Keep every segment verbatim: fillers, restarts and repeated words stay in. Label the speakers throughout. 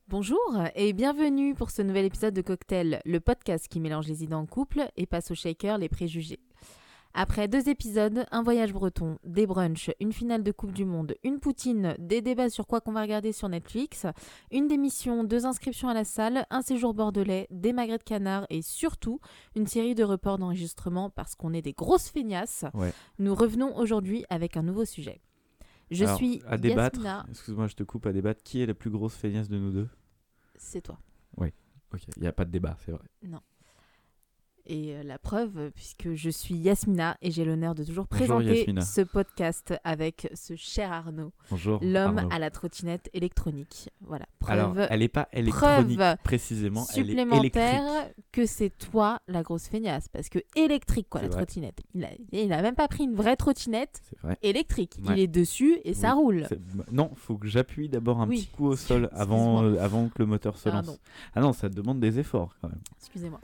Speaker 1: Bonjour et bienvenue pour ce nouvel épisode de Cocktail, le podcast qui mélange les idées en couple et passe au shaker les préjugés. Après deux épisodes, un voyage breton, des brunchs, une finale de Coupe du Monde, une poutine, des débats sur quoi qu'on va regarder sur Netflix, une démission, deux inscriptions à la salle, un séjour bordelais, des magrets de canard et surtout une série de reports d'enregistrement parce qu'on est des grosses feignasses,
Speaker 2: ouais. Nous
Speaker 1: revenons aujourd'hui avec un nouveau sujet. Je
Speaker 2: Alors,
Speaker 1: suis
Speaker 2: à débattre,
Speaker 1: Yasmina.
Speaker 2: Excuse-moi, je te coupe à débattre. Qui est la plus grosse feignasse de nous deux ?
Speaker 1: C'est toi.
Speaker 2: Oui, ok. Il n'y a pas de débat, c'est vrai.
Speaker 1: Non. Et euh, la preuve, puisque je suis Yasmina et j'ai l'honneur de toujours
Speaker 2: Bonjour,
Speaker 1: présenter
Speaker 2: Yasmina.
Speaker 1: ce podcast avec ce cher Arnaud.
Speaker 2: Bonjour,
Speaker 1: l'homme
Speaker 2: Arnaud.
Speaker 1: à la trottinette électronique. Voilà, preuve.
Speaker 2: Alors, elle n'est pas électronique
Speaker 1: preuve
Speaker 2: précisément, elle est
Speaker 1: supplémentaire
Speaker 2: électrique.
Speaker 1: que c'est toi la grosse feignasse, parce que électrique quoi,
Speaker 2: C'est
Speaker 1: la
Speaker 2: vrai.
Speaker 1: trottinette. Il a, il a même pas pris une vraie trottinette
Speaker 2: C'est vrai.
Speaker 1: électrique.
Speaker 2: Ouais.
Speaker 1: Il est dessus et ça
Speaker 2: Oui,
Speaker 1: roule.
Speaker 2: c'est- Non, il faut que j'appuie d'abord un
Speaker 1: Oui.
Speaker 2: petit coup au sol avant,
Speaker 1: Excuse-moi.
Speaker 2: euh, avant que le moteur se
Speaker 1: Pardon.
Speaker 2: lance. Ah non, ça demande des efforts quand même.
Speaker 1: Excusez-moi.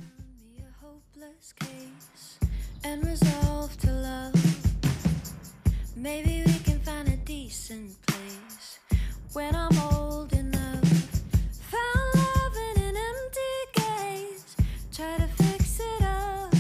Speaker 3: And resolve to love. Maybe we can find a decent place when I'm old enough. Found love in an empty gaze. Try to fix it up.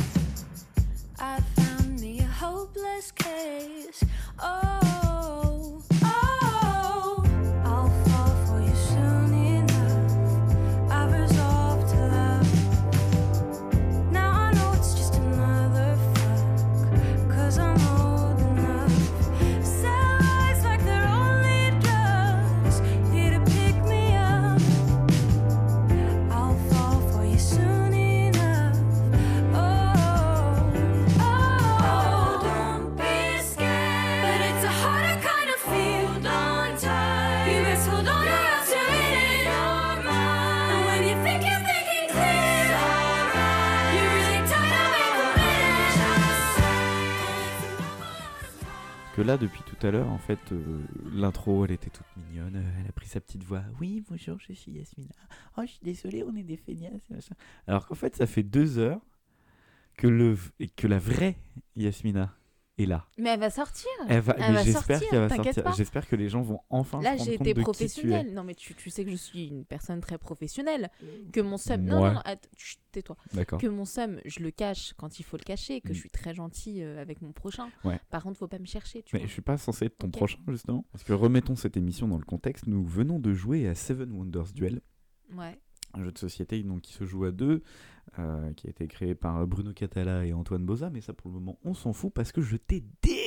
Speaker 3: I found me a hopeless case. Oh, oh, I'll fall for you soon enough. I've resolved to love. Now I know it's just another fuck, 'cause I'm old enough. Sell lies like they're only drugs, here to pick me up. I'll fall for you soon enough. Oh, oh, don't be scared, but it's a harder kind of feel. Hold on tight, you best hold on or else you're in your mind. And when you think you're thinking clear, it's alright. You're really tired of making
Speaker 2: Parce que là, depuis tout à l'heure, en fait, euh, l'intro, elle était toute mignonne. euh, Elle a pris sa petite voix. Oui, bonjour, je suis Yasmina. Oh, je suis désolée, on est des feignasses. et machin. Alors qu'en fait, ça fait deux heures que, le, v- et que la vraie Yasmina est là.
Speaker 1: Mais elle va sortir.
Speaker 2: Elle va,
Speaker 1: Elle
Speaker 2: mais
Speaker 1: va
Speaker 2: j'espère
Speaker 1: sortir,
Speaker 2: qu'elle va
Speaker 1: t'inquiète
Speaker 2: sortir.
Speaker 1: pas.
Speaker 2: J'espère que les gens vont enfin
Speaker 1: Là,
Speaker 2: se
Speaker 1: j'ai
Speaker 2: rendre
Speaker 1: été
Speaker 2: compte de qui tu es.
Speaker 1: professionnelle. Non, mais tu, tu sais que je suis une personne très professionnelle. Que mon seum. Non,
Speaker 2: Ouais.
Speaker 1: non, attends, chut, tais-toi.
Speaker 2: D'accord.
Speaker 1: Que mon seum, je le cache quand il faut le cacher. Que
Speaker 2: Mm.
Speaker 1: je suis très gentille euh, avec mon prochain.
Speaker 2: Ouais.
Speaker 1: Par contre, faut pas me chercher. Tu
Speaker 2: Mais
Speaker 1: vois.
Speaker 2: je suis pas censé être ton
Speaker 1: Ok.
Speaker 2: prochain, justement. Parce que remettons cette émission dans le contexte. Nous venons de jouer à Seven Wonders Duel,
Speaker 1: Ouais.
Speaker 2: un jeu de société donc, qui se joue à deux, euh, qui a été créé par Bruno Catala et Antoine Boza. Mais ça, pour le moment, on s'en fout parce que je t'ai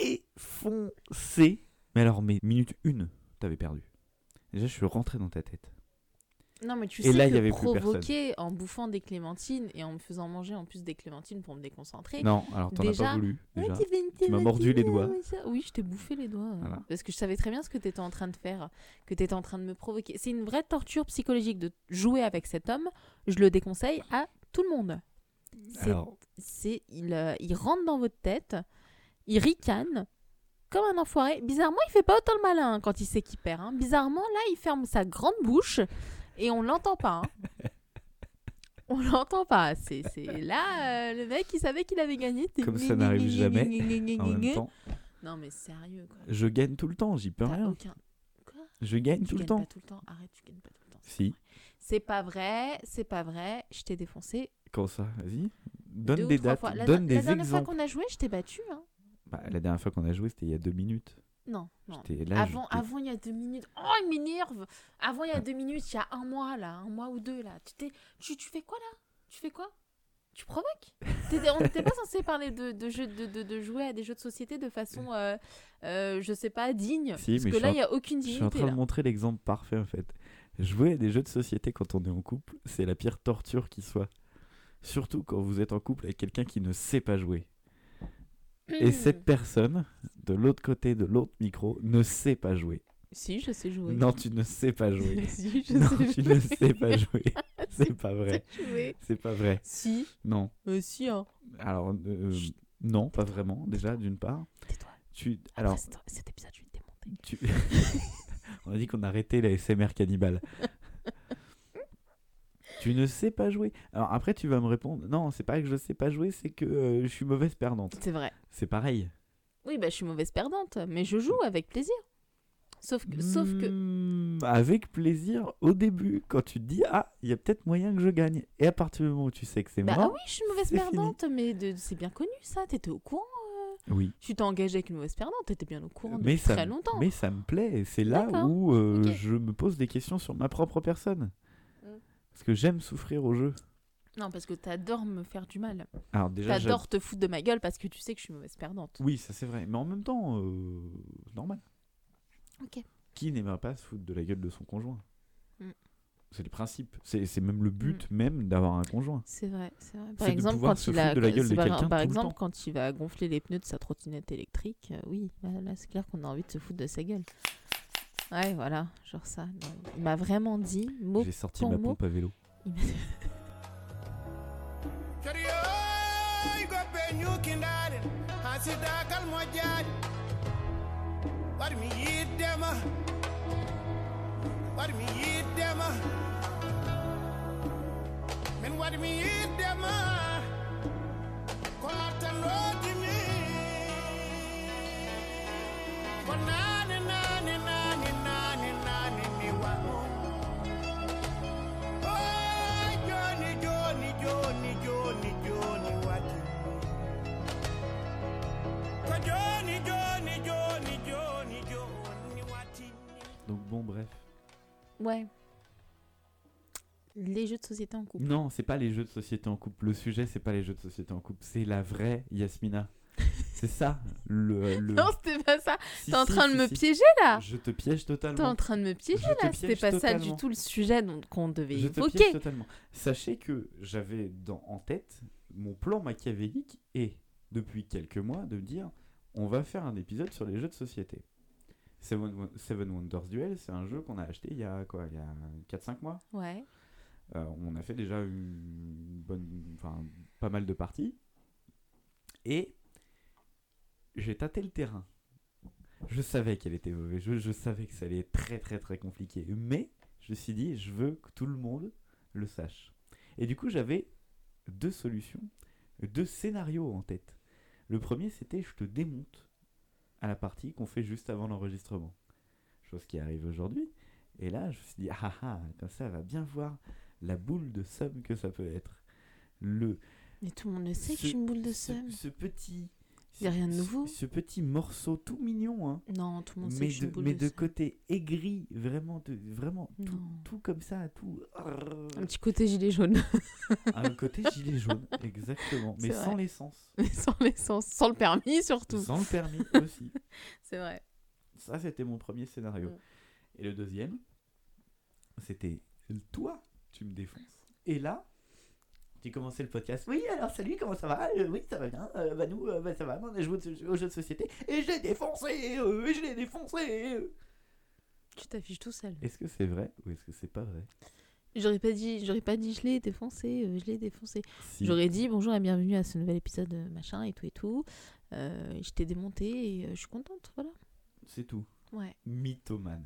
Speaker 2: défoncé. Mais alors, mais minute une, t'avais perdu. Déjà, je suis rentré dans ta tête.
Speaker 1: Non, mais tu
Speaker 2: Et
Speaker 1: sais
Speaker 2: là, il
Speaker 1: que
Speaker 2: y avait plus
Speaker 1: provoquer en bouffant des clémentines et en me faisant manger en plus des clémentines pour me déconcentrer.
Speaker 2: Non, alors t'en as
Speaker 1: Déjà-
Speaker 2: pas voulu,
Speaker 1: Ouais,
Speaker 2: déjà.
Speaker 1: tu fais une
Speaker 2: Tu m'as mordu les doigts.
Speaker 1: ouais, ça- Oui, je t'ai bouffé les doigts. euh,
Speaker 2: Voilà.
Speaker 1: Parce que je savais très bien ce que tu étais en train de faire, que tu étais en train de me provoquer. C'est une vraie torture psychologique de jouer avec cet homme. Je le déconseille à tout le monde. C'est,
Speaker 2: Alors,
Speaker 1: c'est, il, euh, il rentre dans votre tête, il ricane comme un enfoiré. Bizarrement, il fait pas autant le malin hein, quand il sait qu'il perd. hein. Bizarrement, là, il ferme sa grande bouche et on l'entend pas. hein. On l'entend pas. C'est, c'est... Là, euh, le mec, il savait qu'il avait gagné.
Speaker 2: Comme ça n'arrive jamais, en même temps,
Speaker 1: Non, mais sérieux, quoi.
Speaker 2: je gagne tout le temps, j'y peux
Speaker 1: T'as
Speaker 2: rien.
Speaker 1: aucun... Quoi
Speaker 2: Je gagne
Speaker 1: Tu
Speaker 2: tout le
Speaker 1: gagnes
Speaker 2: temps.
Speaker 1: pas tout le temps. Arrête, tu gagnes pas tout le temps.
Speaker 2: Si.
Speaker 1: C'est pas vrai, c'est pas vrai. Je t'ai défoncé
Speaker 2: Comment ça ? Vas-y.
Speaker 1: deux
Speaker 2: Donne
Speaker 1: ou
Speaker 2: des
Speaker 1: trois
Speaker 2: dates,
Speaker 1: fois. La,
Speaker 2: donne
Speaker 1: la
Speaker 2: des
Speaker 1: dernière fois
Speaker 2: exemples.
Speaker 1: qu'on a joué, je t'ai battu. Hein.
Speaker 2: Bah, la dernière fois qu'on a joué, c'était il y a deux minutes.
Speaker 1: Non, non.
Speaker 2: J'étais là,
Speaker 1: Avant,
Speaker 2: j'étais-
Speaker 1: avant, il y a deux minutes. Oh, il m'énerve. Avant, il y a deux minutes, il y a un mois, là. Un mois ou deux, là. Tu, t'es... tu, tu fais quoi, là Tu fais quoi Tu provoques T'étais- On n'était pas censé parler de, de, jeux, de, de, de jouer à des jeux de société de façon, euh, euh, je sais pas, digne.
Speaker 2: Si,
Speaker 1: Parce
Speaker 2: mais
Speaker 1: que
Speaker 2: je
Speaker 1: là,
Speaker 2: suis
Speaker 1: il n'y a aucune
Speaker 2: Je suis en
Speaker 1: dignité,
Speaker 2: train
Speaker 1: là.
Speaker 2: de montrer l'exemple parfait, en fait. Jouer à des jeux de société quand on est en couple, c'est la pire torture qui soit. Surtout quand vous êtes en couple avec quelqu'un qui ne sait pas jouer. Et
Speaker 1: Hmm.
Speaker 2: cette personne, de l'autre côté de l'autre micro, ne sait pas jouer.
Speaker 1: Si, je sais jouer.
Speaker 2: Non, tu ne sais pas jouer.
Speaker 1: si, je
Speaker 2: Non,
Speaker 1: sais
Speaker 2: tu
Speaker 1: jouer.
Speaker 2: ne sais pas jouer. C'est pas
Speaker 1: Je
Speaker 2: vrai.
Speaker 1: sais jouer.
Speaker 2: C'est pas vrai.
Speaker 1: Si,
Speaker 2: Non.
Speaker 1: euh, si, hein.
Speaker 2: Alors, euh,
Speaker 1: Chut.
Speaker 2: non, pas vraiment, déjà, d'une part.
Speaker 1: Tais-toi.
Speaker 2: Tu...
Speaker 1: Alors,
Speaker 2: Alors,
Speaker 1: cet, cet épisode, je vais le démonter.
Speaker 2: tu... on a dit qu'on arrêtait la S M R cannibale. Tu ne sais pas jouer. Alors après, tu vas me répondre, non, c'est pas que je sais pas jouer, c'est que euh, je suis mauvaise perdante.
Speaker 1: C'est vrai.
Speaker 2: C'est pareil.
Speaker 1: Oui, bah, je suis mauvaise perdante, mais je joue avec plaisir. Sauf que, sauf que,
Speaker 2: Hmm, avec plaisir au début, quand tu te dis ah, il y a peut-être moyen que je gagne. Et à partir du moment où tu sais que c'est
Speaker 1: bah
Speaker 2: mort,
Speaker 1: ah oui, je suis une mauvaise
Speaker 2: c'est
Speaker 1: perdante, mais de- c'est bien connu ça. T'étais au courant.
Speaker 2: oui.
Speaker 1: Tu t'es engagé avec une mauvaise perdante. T'étais bien au courant
Speaker 2: Mais
Speaker 1: depuis
Speaker 2: ça,
Speaker 1: très
Speaker 2: me-
Speaker 1: longtemps.
Speaker 2: mais ça me plaît. Et c'est là
Speaker 1: D'accord.
Speaker 2: où euh,
Speaker 1: Ok.
Speaker 2: je me pose des questions sur ma propre personne.
Speaker 1: Mm.
Speaker 2: Parce que j'aime souffrir au jeu.
Speaker 1: Non, parce que t'adores me faire du mal.
Speaker 2: Alors déjà, j'a-
Speaker 1: T'adores te foutre de ma gueule parce que tu sais que je suis une mauvaise perdante.
Speaker 2: oui, ça c'est vrai. Mais en même temps, euh, normal.
Speaker 1: Ok.
Speaker 2: Qui n'aimerait pas se foutre de la gueule de son conjoint?
Speaker 1: Mm.
Speaker 2: C'est le principe. C'est c'est même le but même d'avoir un conjoint.
Speaker 1: C'est vrai, c'est vrai.
Speaker 2: C'est
Speaker 1: Par
Speaker 2: de
Speaker 1: exemple,
Speaker 2: pouvoir
Speaker 1: quand
Speaker 2: se
Speaker 1: il a,
Speaker 2: foutre de la gueule
Speaker 1: c'est
Speaker 2: de
Speaker 1: par-
Speaker 2: quelqu'un
Speaker 1: par
Speaker 2: tout le
Speaker 1: exemple,
Speaker 2: temps.
Speaker 1: quand il va gonfler les pneus de sa trottinette électrique, euh, oui, là, là, c'est clair qu'on a envie de se foutre de sa gueule. Ouais, voilà, genre ça. Non, il m'a vraiment dit mot
Speaker 2: J'ai sorti
Speaker 1: pour
Speaker 2: ma
Speaker 1: mot.
Speaker 2: pompe à vélo.
Speaker 1: Il m'a-
Speaker 2: Donc bon, bref.
Speaker 1: Ouais. Les jeux de société en couple.
Speaker 2: Non, c'est pas les jeux de société en couple. Le sujet, c'est pas les jeux de société en couple. C'est la vraie Yasmina. C'est ça. Le, le...
Speaker 1: Non, c'était pas ça.
Speaker 2: Si,
Speaker 1: T'es en
Speaker 2: si,
Speaker 1: train de
Speaker 2: si,
Speaker 1: me
Speaker 2: si.
Speaker 1: piéger là.
Speaker 2: Je te piège
Speaker 1: T'es en
Speaker 2: totalement.
Speaker 1: train de me piéger
Speaker 2: Je te
Speaker 1: là. C'était
Speaker 2: piège
Speaker 1: pas ça
Speaker 2: totalement.
Speaker 1: du tout le sujet dont qu'on devait
Speaker 2: Je te
Speaker 1: évoquer.
Speaker 2: piège totalement. Sachez que j'avais dans, en tête mon plan machiavélique et depuis quelques mois de me dire on va faire un épisode sur les jeux de société. Seven, Wo- Seven Wonders Duel, c'est un jeu qu'on a acheté il y a quoi, il y a quatre cinq mois.
Speaker 1: Ouais.
Speaker 2: Euh, on a fait déjà une bonne, enfin pas mal de parties et j'ai tâté le terrain. Je savais qu'elle était mauvaise, je, je savais que ça allait être très très très compliqué, mais je me suis dit je veux que tout le monde le sache. Et du coup j'avais deux solutions, deux scénarios en tête. Le premier c'était je te démonte à la partie qu'on fait juste avant l'enregistrement, chose qui arrive aujourd'hui. Et là je me suis dit ah ah, comme ça elle va bien voir la boule de somme que ça peut être. Le,
Speaker 1: Mais tout le monde le sait que
Speaker 2: Ce-
Speaker 1: je suis une boule de
Speaker 2: ce,
Speaker 1: seum.
Speaker 2: ce petit...
Speaker 1: Y a rien de
Speaker 2: ce-
Speaker 1: nouveau.
Speaker 2: Ce petit morceau tout mignon, hein,
Speaker 1: Non, tout le monde sait
Speaker 2: mais
Speaker 1: que je suis
Speaker 2: de,
Speaker 1: une boule
Speaker 2: mais
Speaker 1: de
Speaker 2: de
Speaker 1: seum.
Speaker 2: côté aigri, vraiment, de, vraiment tout,
Speaker 1: Non.
Speaker 2: tout comme ça, tout...
Speaker 1: Un petit côté gilet jaune.
Speaker 2: Un côté gilet jaune, exactement, mais
Speaker 1: C'est
Speaker 2: sans
Speaker 1: vrai.
Speaker 2: l'essence.
Speaker 1: Mais sans l'essence, sans le permis surtout.
Speaker 2: Sans le permis aussi.
Speaker 1: C'est vrai.
Speaker 2: Ça, c'était mon premier scénario.
Speaker 1: Mm.
Speaker 2: Et le deuxième, c'était toi, tu me défonces. Et là, tu commençais le podcast. Oui, alors salut, comment ça va? Euh, Oui, ça va bien. Euh, bah nous, euh, bah, ça va. On a joué au jeu de société et je l'ai défoncé. Euh, et je l'ai défoncé. euh.
Speaker 1: Tu t'affiches tout seul.
Speaker 2: Est-ce que c'est vrai ou est-ce que c'est pas vrai?
Speaker 1: J'aurais pas dit, j'aurais pas dit je l'ai défoncé, euh, je l'ai défoncé.
Speaker 2: Si.
Speaker 1: J'aurais dit bonjour et bienvenue à ce nouvel épisode euh, machin et tout et tout. Euh, je t'ai démonté et euh, je suis contente, voilà.
Speaker 2: C'est tout.
Speaker 1: Ouais.
Speaker 2: Mythomane.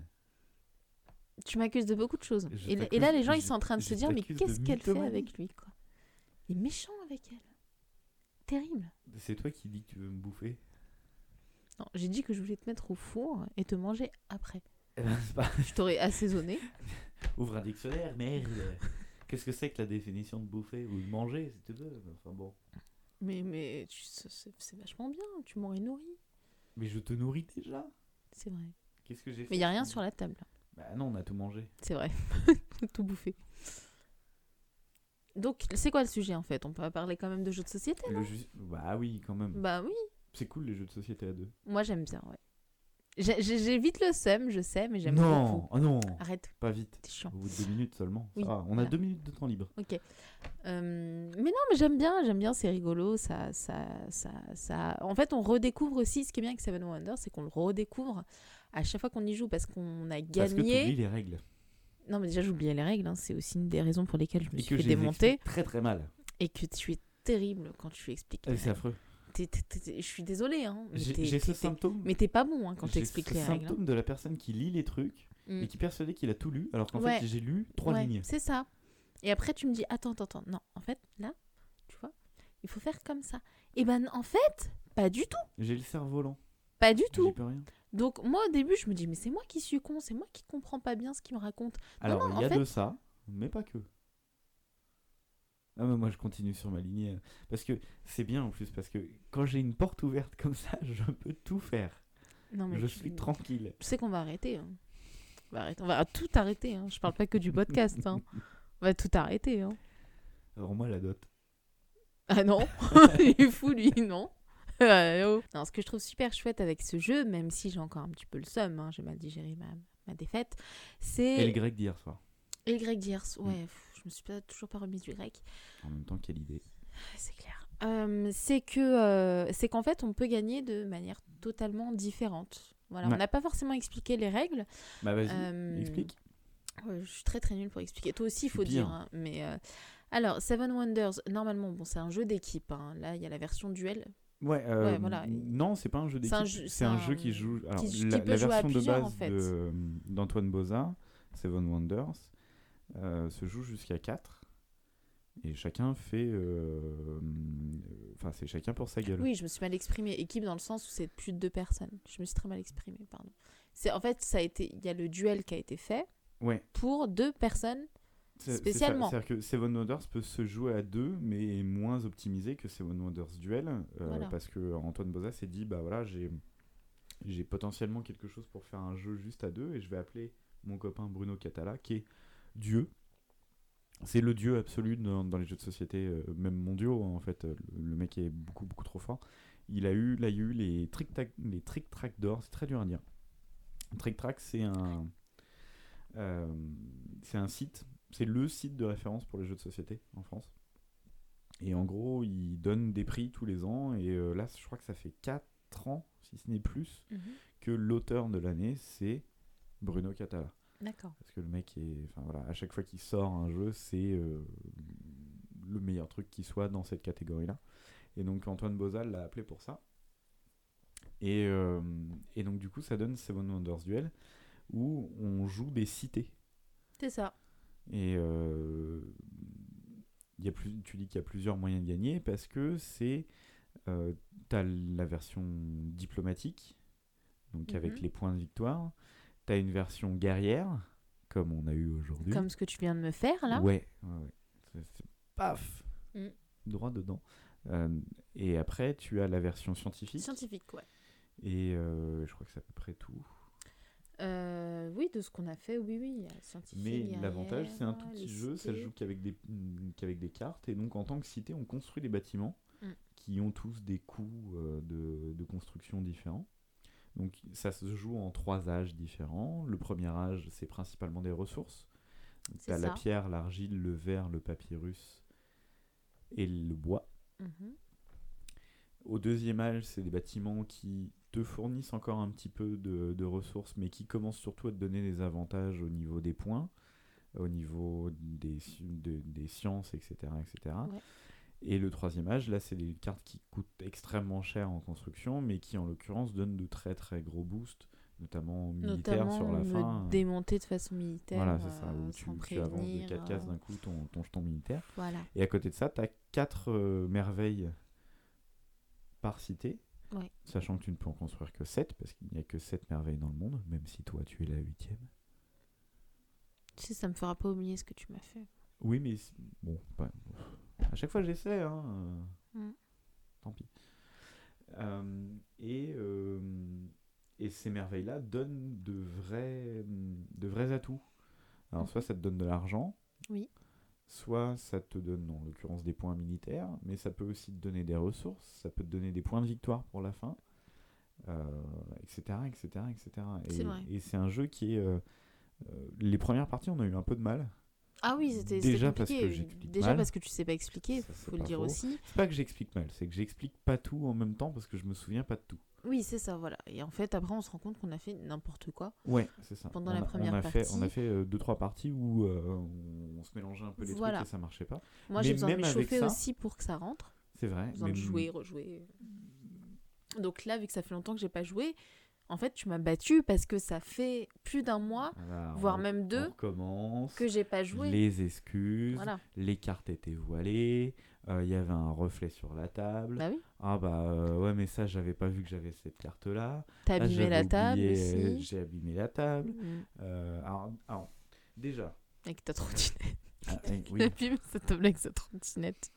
Speaker 1: Tu m'accuses de beaucoup de choses.
Speaker 2: Je
Speaker 1: Et, là- et
Speaker 2: t'accuse-
Speaker 1: là, les gens, ils
Speaker 2: je-
Speaker 1: sont en train de
Speaker 2: je
Speaker 1: se dire, mais
Speaker 2: t'accuse
Speaker 1: qu'est-ce
Speaker 2: de
Speaker 1: qu'elle fait
Speaker 2: mythomanie.
Speaker 1: avec lui, quoi? Il est méchant avec elle. Terrible.
Speaker 2: C'est toi qui dis que tu veux me bouffer.
Speaker 1: Non, j'ai dit que je voulais te mettre au four et te manger après.
Speaker 2: Eh ben, c'est pas...
Speaker 1: Je t'aurais assaisonné.
Speaker 2: Ouvre un dictionnaire, merde. Qu'est-ce que c'est que la définition de bouffer ou de manger, si tu veux? Enfin bon.
Speaker 1: Mais, mais tu- c'est c'est vachement bien, tu m'aurais nourri.
Speaker 2: Mais je te nourris déjà.
Speaker 1: C'est vrai.
Speaker 2: Qu'est-ce que j'ai fait?
Speaker 1: Mais il n'y a rien sur la table.
Speaker 2: Bah non, on a tout mangé.
Speaker 1: C'est vrai. Tout bouffé. Donc, c'est quoi le sujet en fait? On peut parler quand même de jeux de société,
Speaker 2: Le
Speaker 1: non?
Speaker 2: ju- Bah oui, quand même.
Speaker 1: Bah oui.
Speaker 2: C'est cool les jeux de société à deux.
Speaker 1: Moi, j'aime bien, ouais. J'ai- j'ai- J'évite le seum, je sais, mais j'aime beaucoup.
Speaker 2: Non, oh non,
Speaker 1: Arrête,
Speaker 2: pas vite.
Speaker 1: t'es chiant.
Speaker 2: Au bout de deux minutes seulement.
Speaker 1: Oui,
Speaker 2: Ça va, on a
Speaker 1: voilà.
Speaker 2: deux minutes de temps libre.
Speaker 1: Ok. Euh, mais non, mais j'aime bien, j'aime bien, c'est rigolo. Ça, ça, ça, ça... En fait, on redécouvre aussi, ce qui est bien avec Seven Wonders, c'est qu'on le redécouvre à chaque fois qu'on y joue parce qu'on a
Speaker 2: Parce que tu
Speaker 1: gagné.
Speaker 2: oublies les règles.
Speaker 1: Non, mais déjà, j'oubliais les règles, hein, c'est aussi une des raisons pour lesquelles je me
Speaker 2: Et
Speaker 1: suis
Speaker 2: que
Speaker 1: fait
Speaker 2: je les
Speaker 1: démonter.
Speaker 2: explique très très mal.
Speaker 1: Et que tu es terrible quand tu expliques.
Speaker 2: Euh,
Speaker 1: les
Speaker 2: C'est
Speaker 1: règles.
Speaker 2: affreux.
Speaker 1: T'es- t'es- t'es- Je suis désolée, hein. mais
Speaker 2: J'ai
Speaker 1: t'es-
Speaker 2: j'ai ce
Speaker 1: t'es- t'es-
Speaker 2: symptôme.
Speaker 1: Mais t'es pas bon hein, quand tu
Speaker 2: J'ai
Speaker 1: expliques
Speaker 2: ce
Speaker 1: les règles. hein.
Speaker 2: symptôme de la personne qui lit les trucs
Speaker 1: Mm.
Speaker 2: et qui est persuadée qu'il a tout lu, alors qu'en
Speaker 1: Ouais.
Speaker 2: fait j'ai lu trois
Speaker 1: Ouais,
Speaker 2: lignes.
Speaker 1: c'est ça. Et après, tu me dis, attends, attends, attends. Non, en fait, là, tu vois, il faut faire comme ça. Et ben, en fait, pas du tout.
Speaker 2: J'ai le cerveau lent.
Speaker 1: Pas du
Speaker 2: J'y
Speaker 1: tout.
Speaker 2: peux rien.
Speaker 1: Donc moi au début je me dis mais c'est moi qui suis con, c'est moi qui comprends pas bien ce qu'il me raconte.
Speaker 2: Alors,
Speaker 1: non,
Speaker 2: il y
Speaker 1: en
Speaker 2: a
Speaker 1: fait-
Speaker 2: de ça, mais pas que. Ah, mais moi, je continue sur ma lignée. Parce que c'est bien en plus, parce que quand j'ai une porte ouverte comme ça, je peux tout faire.
Speaker 1: Non mais
Speaker 2: Je
Speaker 1: tu,
Speaker 2: suis tranquille.
Speaker 1: tu sais qu'on va arrêter. hein. On va arrêter, on va tout arrêter. Hein. Je parle pas que du podcast. hein. On va tout arrêter. Hein.
Speaker 2: Alors, moi, la dot.
Speaker 1: Ah non, il est fou lui, non. Ah, oh. Non, ce que je trouve super chouette avec ce jeu, même si j'ai encore un petit peu le seum, hein, j'ai mal digéré ma, ma défaite, c'est...
Speaker 2: Et le grec d'hier soir.
Speaker 1: Et le grec d'hier, ouais, pff, je me suis pas, toujours pas remise du grec.
Speaker 2: En même temps, quelle idée.
Speaker 1: C'est clair. Euh, c'est que euh, c'est qu'en fait, on peut gagner de manière totalement différente. Voilà,
Speaker 2: Ouais.
Speaker 1: on n'a pas forcément expliqué les règles.
Speaker 2: Bah, vas-y,
Speaker 1: Euh,
Speaker 2: explique.
Speaker 1: Ouais, je suis très très nulle pour expliquer. Toi aussi, il faut
Speaker 2: Pire.
Speaker 1: dire. hein, mais euh, alors, Seven Wonders, normalement, bon, c'est un jeu d'équipe. hein. Là, il y a la version duel.
Speaker 2: Ouais, euh,
Speaker 1: Ouais, voilà.
Speaker 2: non, c'est pas un jeu
Speaker 1: C'est
Speaker 2: d'équipe.
Speaker 1: un jeu-
Speaker 2: C'est
Speaker 1: c'est
Speaker 2: un,
Speaker 1: un-
Speaker 2: jeu qui joue. Alors,
Speaker 1: qui- qui
Speaker 2: la,
Speaker 1: peut
Speaker 2: la
Speaker 1: jouer à
Speaker 2: version de
Speaker 1: plusieurs,
Speaker 2: base
Speaker 1: en fait.
Speaker 2: de- d'Antoine Boza, Seven Wonders, euh, se joue jusqu'à quatre. Et chacun fait. euh, Enfin, c'est chacun pour sa gueule.
Speaker 1: Oui, je me suis mal exprimée. Équipe dans le sens où c'est plus de deux personnes. Je me suis très mal exprimée, pardon. C'est en fait, ça a été, il y a le duel qui a été fait
Speaker 2: Ouais.
Speaker 1: pour deux personnes.
Speaker 2: C'est- c'est ça.
Speaker 1: Spécialement.
Speaker 2: C'est-à-dire que Seven Wonders peut se jouer à deux, mais est moins optimisé que Seven Wonders Duel. euh,
Speaker 1: Voilà.
Speaker 2: Parce que Antoine Boza s'est dit bah voilà, j'ai, j'ai potentiellement quelque chose pour faire un jeu juste à deux, et je vais appeler mon copain Bruno Catala, qui est Dieu. C'est le dieu absolu dans, dans les jeux de société, euh, même mondiaux, en fait. Le, le mec est beaucoup, beaucoup trop fort. Il a eu, là, il y a eu les Trick Tac- les Trick Track d'or, c'est très dur à dire. Trick Track, c'est un, euh, c'est un site, c'est le site de référence pour les jeux de société en France. Et en gros, il donne des prix tous les ans. Et euh, là, je crois que ça fait quatre ans, si ce n'est plus, que l'auteur de l'année, c'est Bruno Catala.
Speaker 1: D'accord.
Speaker 2: Parce que le mec est, enfin voilà, à chaque fois qu'il sort un jeu, c'est euh, le meilleur truc qui soit dans cette catégorie-là. Et donc Antoine Boza l'a appelé pour ça. Et, euh, et donc du coup, ça donne Seven Wonders Duel, où on joue des cités.
Speaker 1: C'est ça.
Speaker 2: Et euh, il y a plus, tu dis qu'il y a plusieurs moyens de gagner, parce que c'est, euh, t'as la version diplomatique, donc
Speaker 1: Mhm.
Speaker 2: avec les points de victoire. T'as une version guerrière, comme on a eu aujourd'hui.
Speaker 1: Comme ce que tu viens de me faire là.
Speaker 2: Ouais, ouais, ouais. C'est, c'est paf,
Speaker 1: Mm.
Speaker 2: droit dedans. Euh, et après, tu as la version scientifique.
Speaker 1: Scientifique, ouais.
Speaker 2: Et euh, je crois que c'est à peu près tout.
Speaker 1: Euh, oui, de ce qu'on a fait, oui, oui. il y a Scientifique.
Speaker 2: Mais
Speaker 1: guerrière,
Speaker 2: l'avantage, c'est un tout petit
Speaker 1: les
Speaker 2: jeu, ça se
Speaker 1: cités.
Speaker 2: joue qu'avec des, qu'avec des cartes. Et donc, en tant que cité, on construit des bâtiments
Speaker 1: Mm.
Speaker 2: qui ont tous des coûts euh, de, de construction différents. Donc, ça se joue en trois âges différents. Le premier âge, c'est principalement des ressources.
Speaker 1: C'est
Speaker 2: T'as la
Speaker 1: ça.
Speaker 2: pierre, l'argile, le verre, le papyrus et le bois.
Speaker 1: Mhm.
Speaker 2: Au deuxième âge, c'est des bâtiments qui te fournissent encore un petit peu de, de ressources, mais qui commencent surtout à te donner des avantages au niveau des points, au niveau des, sci- de- des sciences, et cetera, et cetera.
Speaker 1: Ouais.
Speaker 2: Et le troisième âge, là, c'est des cartes qui coûtent extrêmement cher en construction, mais qui, en l'occurrence, donnent de très très gros boosts, notamment militaires
Speaker 1: Notamment
Speaker 2: sur la
Speaker 1: me
Speaker 2: fin.
Speaker 1: démonter de façon militaire.
Speaker 2: Voilà, c'est ça,
Speaker 1: euh,
Speaker 2: où
Speaker 1: sans
Speaker 2: tu, tu avances de
Speaker 1: prévenir,
Speaker 2: quatre cases
Speaker 1: euh,
Speaker 2: d'un coup ton, ton jeton militaire.
Speaker 1: Voilà.
Speaker 2: Et à côté de ça, tu as quatre merveilles par cité,
Speaker 1: Ouais.
Speaker 2: sachant que tu ne peux en construire que sept, parce qu'il n'y a que sept merveilles dans le monde, même si toi tu es la huitième.
Speaker 1: Tu sais, ça me fera pas oublier ce que tu m'as fait.
Speaker 2: Oui, mais c'est- bon, pas- à chaque fois j'essaie, hein. euh,
Speaker 1: Mm.
Speaker 2: Tant pis. Euh, et, euh, et ces merveilles-là donnent de vrais, de vrais atouts. Alors,
Speaker 1: Mhm.
Speaker 2: soit ça te donne de l'argent,
Speaker 1: Oui.
Speaker 2: soit ça te donne, en l'occurrence, des points militaires, mais ça peut aussi te donner des ressources, ça peut te donner des points de victoire pour la fin, euh, et cetera, et cetera, et cetera.
Speaker 1: C'est
Speaker 2: Et,
Speaker 1: vrai.
Speaker 2: et c'est un jeu qui est... euh, euh, les premières parties, on a eu un peu de mal.
Speaker 1: Ah oui, c'était c'était
Speaker 2: Déjà parce
Speaker 1: compliqué.
Speaker 2: que j'explique
Speaker 1: Déjà
Speaker 2: mal.
Speaker 1: parce que tu sais pas expliquer,
Speaker 2: Ça, c'est
Speaker 1: faut le
Speaker 2: pas
Speaker 1: dire
Speaker 2: faux.
Speaker 1: aussi.
Speaker 2: C'est pas que j'explique mal, c'est que j'explique pas tout en même temps parce que je me souviens pas de tout.
Speaker 1: Oui, c'est ça, voilà. Et en fait, après, on se rend compte qu'on a fait n'importe quoi.
Speaker 2: Ouais, c'est ça.
Speaker 1: Pendant
Speaker 2: on
Speaker 1: la
Speaker 2: a,
Speaker 1: première
Speaker 2: on a fait,
Speaker 1: partie.
Speaker 2: On a fait euh, deux trois parties où euh, on, on se mélangeait un peu les
Speaker 1: Voilà.
Speaker 2: trucs et ça marchait pas.
Speaker 1: Moi,
Speaker 2: Mais
Speaker 1: j'ai besoin de
Speaker 2: même avec
Speaker 1: m'échauffer
Speaker 2: ça-
Speaker 1: aussi pour que ça rentre.
Speaker 2: C'est vrai.
Speaker 1: J'ai besoin
Speaker 2: mais
Speaker 1: de jouer, rejouer. Donc là, vu que ça fait longtemps que j'ai pas joué, en fait, tu m'as battu parce que ça fait plus d'un mois,
Speaker 2: voilà,
Speaker 1: voire
Speaker 2: on-
Speaker 1: même
Speaker 2: On
Speaker 1: deux,
Speaker 2: recommence.
Speaker 1: que j'ai pas joué.
Speaker 2: Les excuses,
Speaker 1: Voilà.
Speaker 2: les cartes étaient voilées, Euh, Il y avait un reflet sur la table.
Speaker 1: Bah oui.
Speaker 2: Ah bah euh, ouais, mais ça, j'avais pas vu que j'avais cette carte-là.
Speaker 1: T'as
Speaker 2: Ah,
Speaker 1: abîmé
Speaker 2: j'avais
Speaker 1: la table
Speaker 2: oublié,
Speaker 1: aussi.
Speaker 2: J'ai abîmé la table.
Speaker 1: Mm.
Speaker 2: Euh, alors, alors, déjà.
Speaker 1: Avec ta trottinette.
Speaker 2: ah, eh, oui.
Speaker 1: Depuis, cette table avec sa trottinette.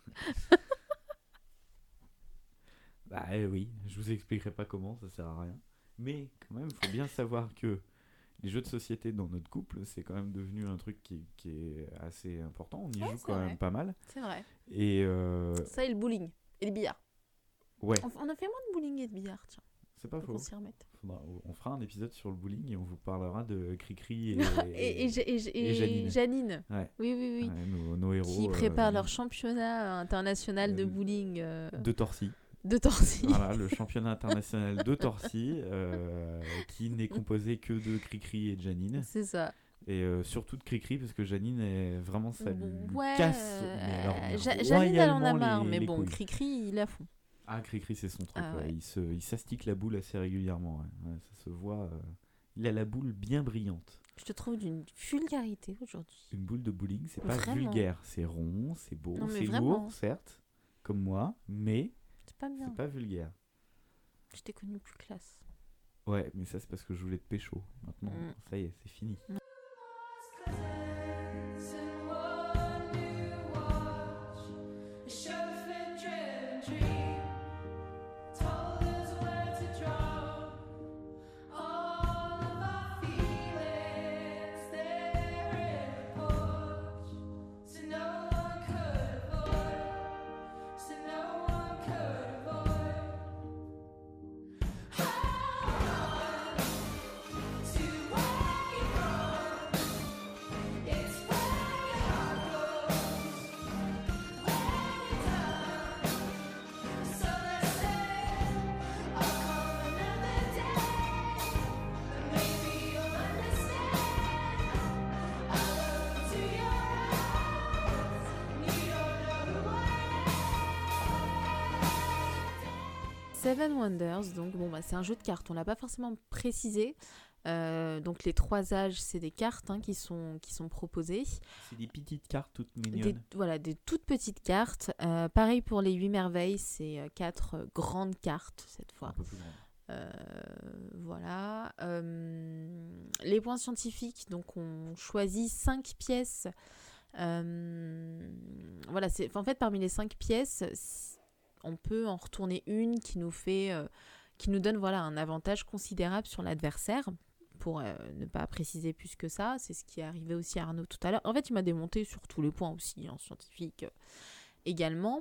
Speaker 2: Bah eh oui, je vous expliquerai pas comment, ça sert à rien. Mais quand même, il faut bien savoir que les jeux de société dans notre couple, c'est quand même devenu un truc qui, qui est assez important. On y
Speaker 1: Ouais,
Speaker 2: joue
Speaker 1: c'est
Speaker 2: quand
Speaker 1: vrai.
Speaker 2: même pas mal.
Speaker 1: C'est vrai.
Speaker 2: Et euh,
Speaker 1: Ça et le bowling. Et le billard.
Speaker 2: ouais,
Speaker 1: On, on a fait moins de bowling et de billard, tiens.
Speaker 2: c'est pas
Speaker 1: Faut
Speaker 2: faux.
Speaker 1: qu'on s'y remette.
Speaker 2: Faudra- on fera un épisode sur le bowling et on vous parlera de Cricri et,
Speaker 1: et, et, Ja- et, Ja-
Speaker 2: et
Speaker 1: et
Speaker 2: Janine.
Speaker 1: Janine.
Speaker 2: Ouais,
Speaker 1: Oui, oui, oui.
Speaker 2: ouais, nos, nos héros.
Speaker 1: Qui préparent
Speaker 2: euh,
Speaker 1: leur championnat international de
Speaker 2: euh,
Speaker 1: bowling euh,
Speaker 2: de Torcy.
Speaker 1: de Torcy.
Speaker 2: Voilà, le championnat international de Torcy, euh, qui n'est composé que de Cricri et de Janine.
Speaker 1: C'est ça.
Speaker 2: Et euh, surtout de Cricri, parce que Janine, est vraiment, ça lui
Speaker 1: Ouais.
Speaker 2: casse. Mais alors, mais
Speaker 1: Ja- Janine, elle en a
Speaker 2: royalement
Speaker 1: marre,
Speaker 2: les-
Speaker 1: mais
Speaker 2: les
Speaker 1: bon,
Speaker 2: couilles.
Speaker 1: Cricri, il a fond.
Speaker 2: Ah, Cricri, c'est son truc.
Speaker 1: Ah
Speaker 2: ouais.
Speaker 1: ouais.
Speaker 2: Il, se, il s'astique la boule assez régulièrement. Ouais. Ouais, ça se voit. euh, Il a la boule bien brillante.
Speaker 1: Je te trouve d'une vulgarité aujourd'hui.
Speaker 2: Une boule de bowling, c'est pas
Speaker 1: Vraiment.
Speaker 2: vulgaire. C'est rond, c'est beau,
Speaker 1: Non, mais
Speaker 2: c'est
Speaker 1: vraiment.
Speaker 2: lourd, certes, comme moi, mais
Speaker 1: C'est pas bien.
Speaker 2: c'est pas vulgaire.
Speaker 1: Je t'ai connu plus classe.
Speaker 2: Ouais, mais ça, c'est parce que je voulais te pécho. Maintenant,
Speaker 1: Mm.
Speaker 2: ça y est, c'est fini.
Speaker 1: Seven Wonders, donc bon bah c'est un jeu de cartes, on l'a pas forcément précisé. Euh, donc les trois âges, c'est des cartes hein, qui sont qui sont proposées.
Speaker 2: C'est des petites cartes toutes
Speaker 1: Des,
Speaker 2: mignonnes.
Speaker 1: voilà, des toutes petites cartes. Euh, pareil pour les huit merveilles, c'est euh, quatre euh, grandes cartes cette
Speaker 2: Un
Speaker 1: fois.
Speaker 2: peu plus grandes.
Speaker 1: Euh, voilà. Euh, les points scientifiques, donc on choisit cinq pièces. Euh, voilà, c'est en fait parmi les cinq pièces, on peut en retourner une qui nous fait, euh, qui nous donne voilà un avantage considérable sur l'adversaire. Pour euh, ne pas préciser plus que ça, c'est ce qui est arrivé aussi à Arnaud tout à l'heure. En fait, il m'a démonté sur tous les points aussi, en scientifique euh, également.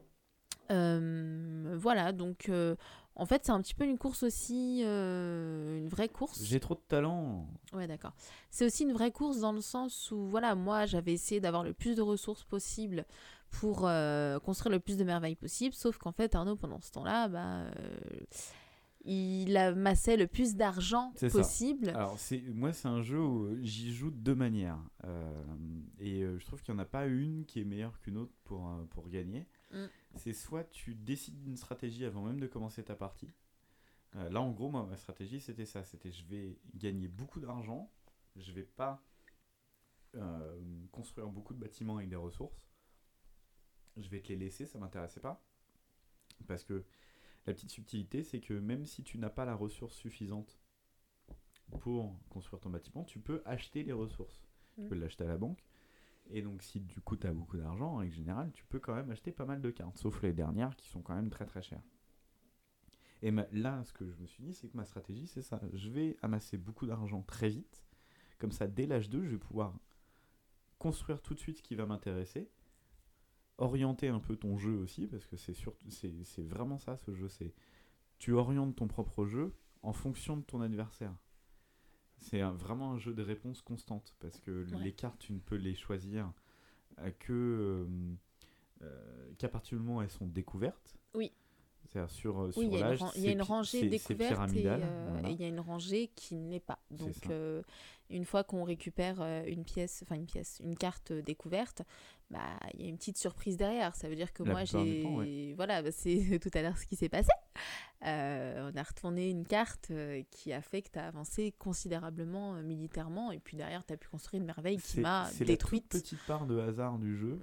Speaker 1: Euh, voilà, donc euh, en fait, c'est un petit peu une course aussi, euh, une vraie course.
Speaker 2: J'ai trop de talent.
Speaker 1: Ouais, d'accord. C'est aussi une vraie course dans le sens où, voilà, moi, j'avais essayé d'avoir le plus de ressources possible pour euh, construire le plus de merveilles possible, sauf qu'en fait, Arnaud, pendant ce temps-là, bah, euh, il amassait le plus d'argent
Speaker 2: C'est ça.
Speaker 1: possible.
Speaker 2: Alors, c'est, moi, c'est un jeu où j'y joue de deux manières. Euh, et euh, je trouve qu'il n'y en a pas une qui est meilleure qu'une autre pour, euh, pour gagner.
Speaker 1: Mm.
Speaker 2: C'est soit tu décides d'une stratégie avant même de commencer ta partie. Euh, là, en gros, moi, ma stratégie, c'était ça. C'était je vais gagner beaucoup d'argent. Je vais pas euh, construire beaucoup de bâtiments avec des ressources. Je vais te les laisser, ça m'intéressait pas. Parce que la petite subtilité, c'est que même si tu n'as pas la ressource suffisante pour construire ton bâtiment, tu peux acheter les ressources.
Speaker 1: Mm.
Speaker 2: Tu peux l'acheter à la banque. Et donc, si du coup tu as beaucoup d'argent, en règle générale, tu peux quand même acheter pas mal de cartes, sauf les dernières qui sont quand même très très chères. Et ma- là, ce que je me suis dit, c'est que ma stratégie, c'est ça. Je vais amasser beaucoup d'argent très vite. Comme ça, dès l'âge deux, je vais pouvoir construire tout de suite ce qui va m'intéresser. Orienter un peu ton jeu aussi, parce que c'est, surtout, c'est, c'est vraiment ça, ce jeu. C'est, tu orientes ton propre jeu en fonction de ton adversaire. C'est un- vraiment un jeu de réponse constante, parce que
Speaker 1: Ouais.
Speaker 2: les cartes, tu ne peux les choisir euh, que, euh, euh, qu'à partir du moment où elles sont découvertes.
Speaker 1: Oui.
Speaker 2: C'est-à-dire sur, euh,
Speaker 1: Oui,
Speaker 2: sur
Speaker 1: il y a une,
Speaker 2: l'âge,
Speaker 1: ran- il y a
Speaker 2: c'est
Speaker 1: une
Speaker 2: pi-
Speaker 1: rangée
Speaker 2: c'est- c'est
Speaker 1: découverte et
Speaker 2: pyramidal,
Speaker 1: euh,
Speaker 2: voilà.
Speaker 1: et il y a une rangée qui ne l'est pas.
Speaker 2: C'est
Speaker 1: Donc,
Speaker 2: ça.
Speaker 1: euh, une fois qu'on récupère euh, une pièce, enfin une pièce, une carte euh, découverte, bah il y a une petite surprise derrière. Ça veut dire que
Speaker 2: La
Speaker 1: moi
Speaker 2: plupart du
Speaker 1: j'ai,
Speaker 2: temps, ouais.
Speaker 1: voilà, bah, c'est tout à l'heure ce qui s'est passé. Euh, on a retourné une carte euh, qui a fait que tu as avancé considérablement euh, militairement et puis derrière tu as pu construire une merveille qui
Speaker 2: C'est,
Speaker 1: m'a
Speaker 2: c'est
Speaker 1: détruite.
Speaker 2: la toute petite part de hasard du jeu.
Speaker 1: Ouais.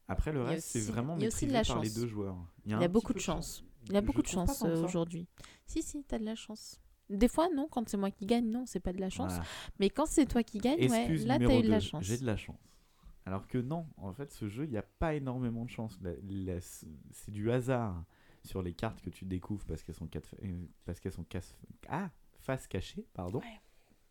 Speaker 2: Après, le
Speaker 1: Il y a
Speaker 2: reste, c'est
Speaker 1: aussi-
Speaker 2: vraiment
Speaker 1: il y a aussi
Speaker 2: maîtrisé
Speaker 1: de la
Speaker 2: par les
Speaker 1: chance.
Speaker 2: deux joueurs.
Speaker 1: Il y a
Speaker 2: un petit
Speaker 1: beaucoup
Speaker 2: peu
Speaker 1: de chance. Il y
Speaker 2: Je
Speaker 1: a beaucoup de
Speaker 2: trouve pas
Speaker 1: chance
Speaker 2: tant que
Speaker 1: euh,
Speaker 2: ça.
Speaker 1: aujourd'hui. Si, si, t'as de la chance. Des fois, non, quand c'est moi qui gagne, non, c'est pas de la chance.
Speaker 2: Voilà.
Speaker 1: Mais quand c'est toi qui gagne, ouais,
Speaker 2: Excuse
Speaker 1: là,
Speaker 2: numéro
Speaker 1: t'as eu de la
Speaker 2: deux,
Speaker 1: chance.
Speaker 2: j'ai de la chance. Alors que non, en fait, ce jeu, il n'y a pas énormément de chance. La- la- c'est du hasard sur les cartes que tu découvres parce qu'elles sont, quatre, euh, parce qu'elles sont casse, ah, face cachée, pardon.
Speaker 1: Ouais.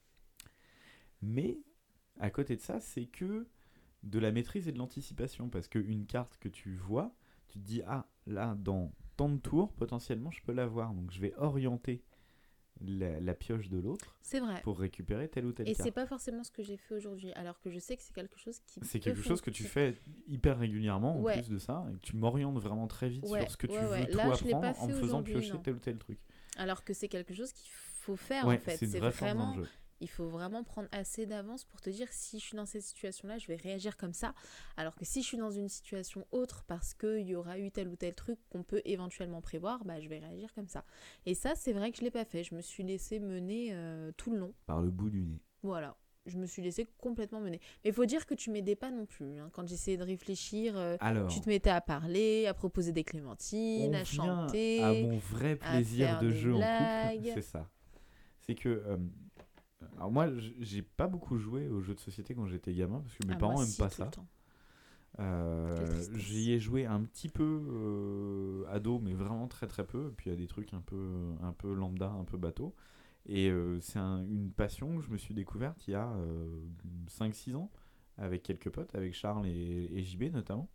Speaker 2: Mais à côté de ça, c'est que de la maîtrise et de l'anticipation. Parce qu'une carte que tu vois, tu te dis, ah, là, dans tant de tours, potentiellement, je peux l'avoir. Donc, je vais orienter la, la pioche de l'autre
Speaker 1: C'est vrai.
Speaker 2: pour récupérer telle ou telle
Speaker 1: Et
Speaker 2: carte.
Speaker 1: c'est pas forcément ce que j'ai fait aujourd'hui, alors que je sais que c'est quelque chose qui.
Speaker 2: C'est
Speaker 1: peut
Speaker 2: quelque chose que tu
Speaker 1: fonctionner.
Speaker 2: fais hyper régulièrement en
Speaker 1: Ouais.
Speaker 2: plus de ça, et que tu m'orientes vraiment très vite
Speaker 1: Ouais,
Speaker 2: sur ce que tu
Speaker 1: ouais,
Speaker 2: veux
Speaker 1: ouais.
Speaker 2: tout
Speaker 1: Là, je l'ai
Speaker 2: apprendre
Speaker 1: pas
Speaker 2: en me
Speaker 1: fait
Speaker 2: faisant
Speaker 1: aujourd'hui,
Speaker 2: piocher
Speaker 1: non.
Speaker 2: tel ou tel truc.
Speaker 1: Alors que c'est quelque chose qu'il faut faire
Speaker 2: Ouais,
Speaker 1: en fait.
Speaker 2: c'est une
Speaker 1: C'est
Speaker 2: vraie force dans
Speaker 1: vraiment.
Speaker 2: le jeu.
Speaker 1: Il faut vraiment prendre assez d'avance pour te dire si je suis dans cette situation-là, je vais réagir comme ça. Alors que si je suis dans une situation autre parce qu'il y aura eu tel ou tel truc qu'on peut éventuellement prévoir, bah, je vais réagir comme ça. Et ça, c'est vrai que je ne l'ai pas fait. Je me suis laissée mener euh, tout le long.
Speaker 2: Par le bout du nez.
Speaker 1: Voilà. Je me suis laissée complètement mener. Mais il faut dire que tu m'aidais pas non plus. Hein. Quand j'essayais de réfléchir, euh,
Speaker 2: Alors,
Speaker 1: tu te mettais à parler, à proposer des
Speaker 2: on
Speaker 1: clémentines, à
Speaker 2: vient
Speaker 1: chanter.
Speaker 2: à mon vrai
Speaker 1: à
Speaker 2: plaisir
Speaker 1: faire
Speaker 2: de
Speaker 1: des
Speaker 2: jeu en
Speaker 1: blagues.
Speaker 2: couple, c'est ça. C'est que... euh, alors moi, j- j'ai pas beaucoup joué aux jeux de société quand j'étais gamin, parce que mes
Speaker 1: Ah,
Speaker 2: parents
Speaker 1: moi,
Speaker 2: aiment
Speaker 1: si,
Speaker 2: pas
Speaker 1: tout
Speaker 2: ça.
Speaker 1: le temps.
Speaker 2: Euh,
Speaker 1: Quelle tristesse.
Speaker 2: j'y ai joué un petit peu euh, ado, mais vraiment très très peu. Et puis il y a des trucs un peu, un peu lambda, un peu bateau. Et euh, c'est un- une passion que je me suis découverte il y a euh, cinq six ans, avec quelques potes, avec Charles et, et J B notamment.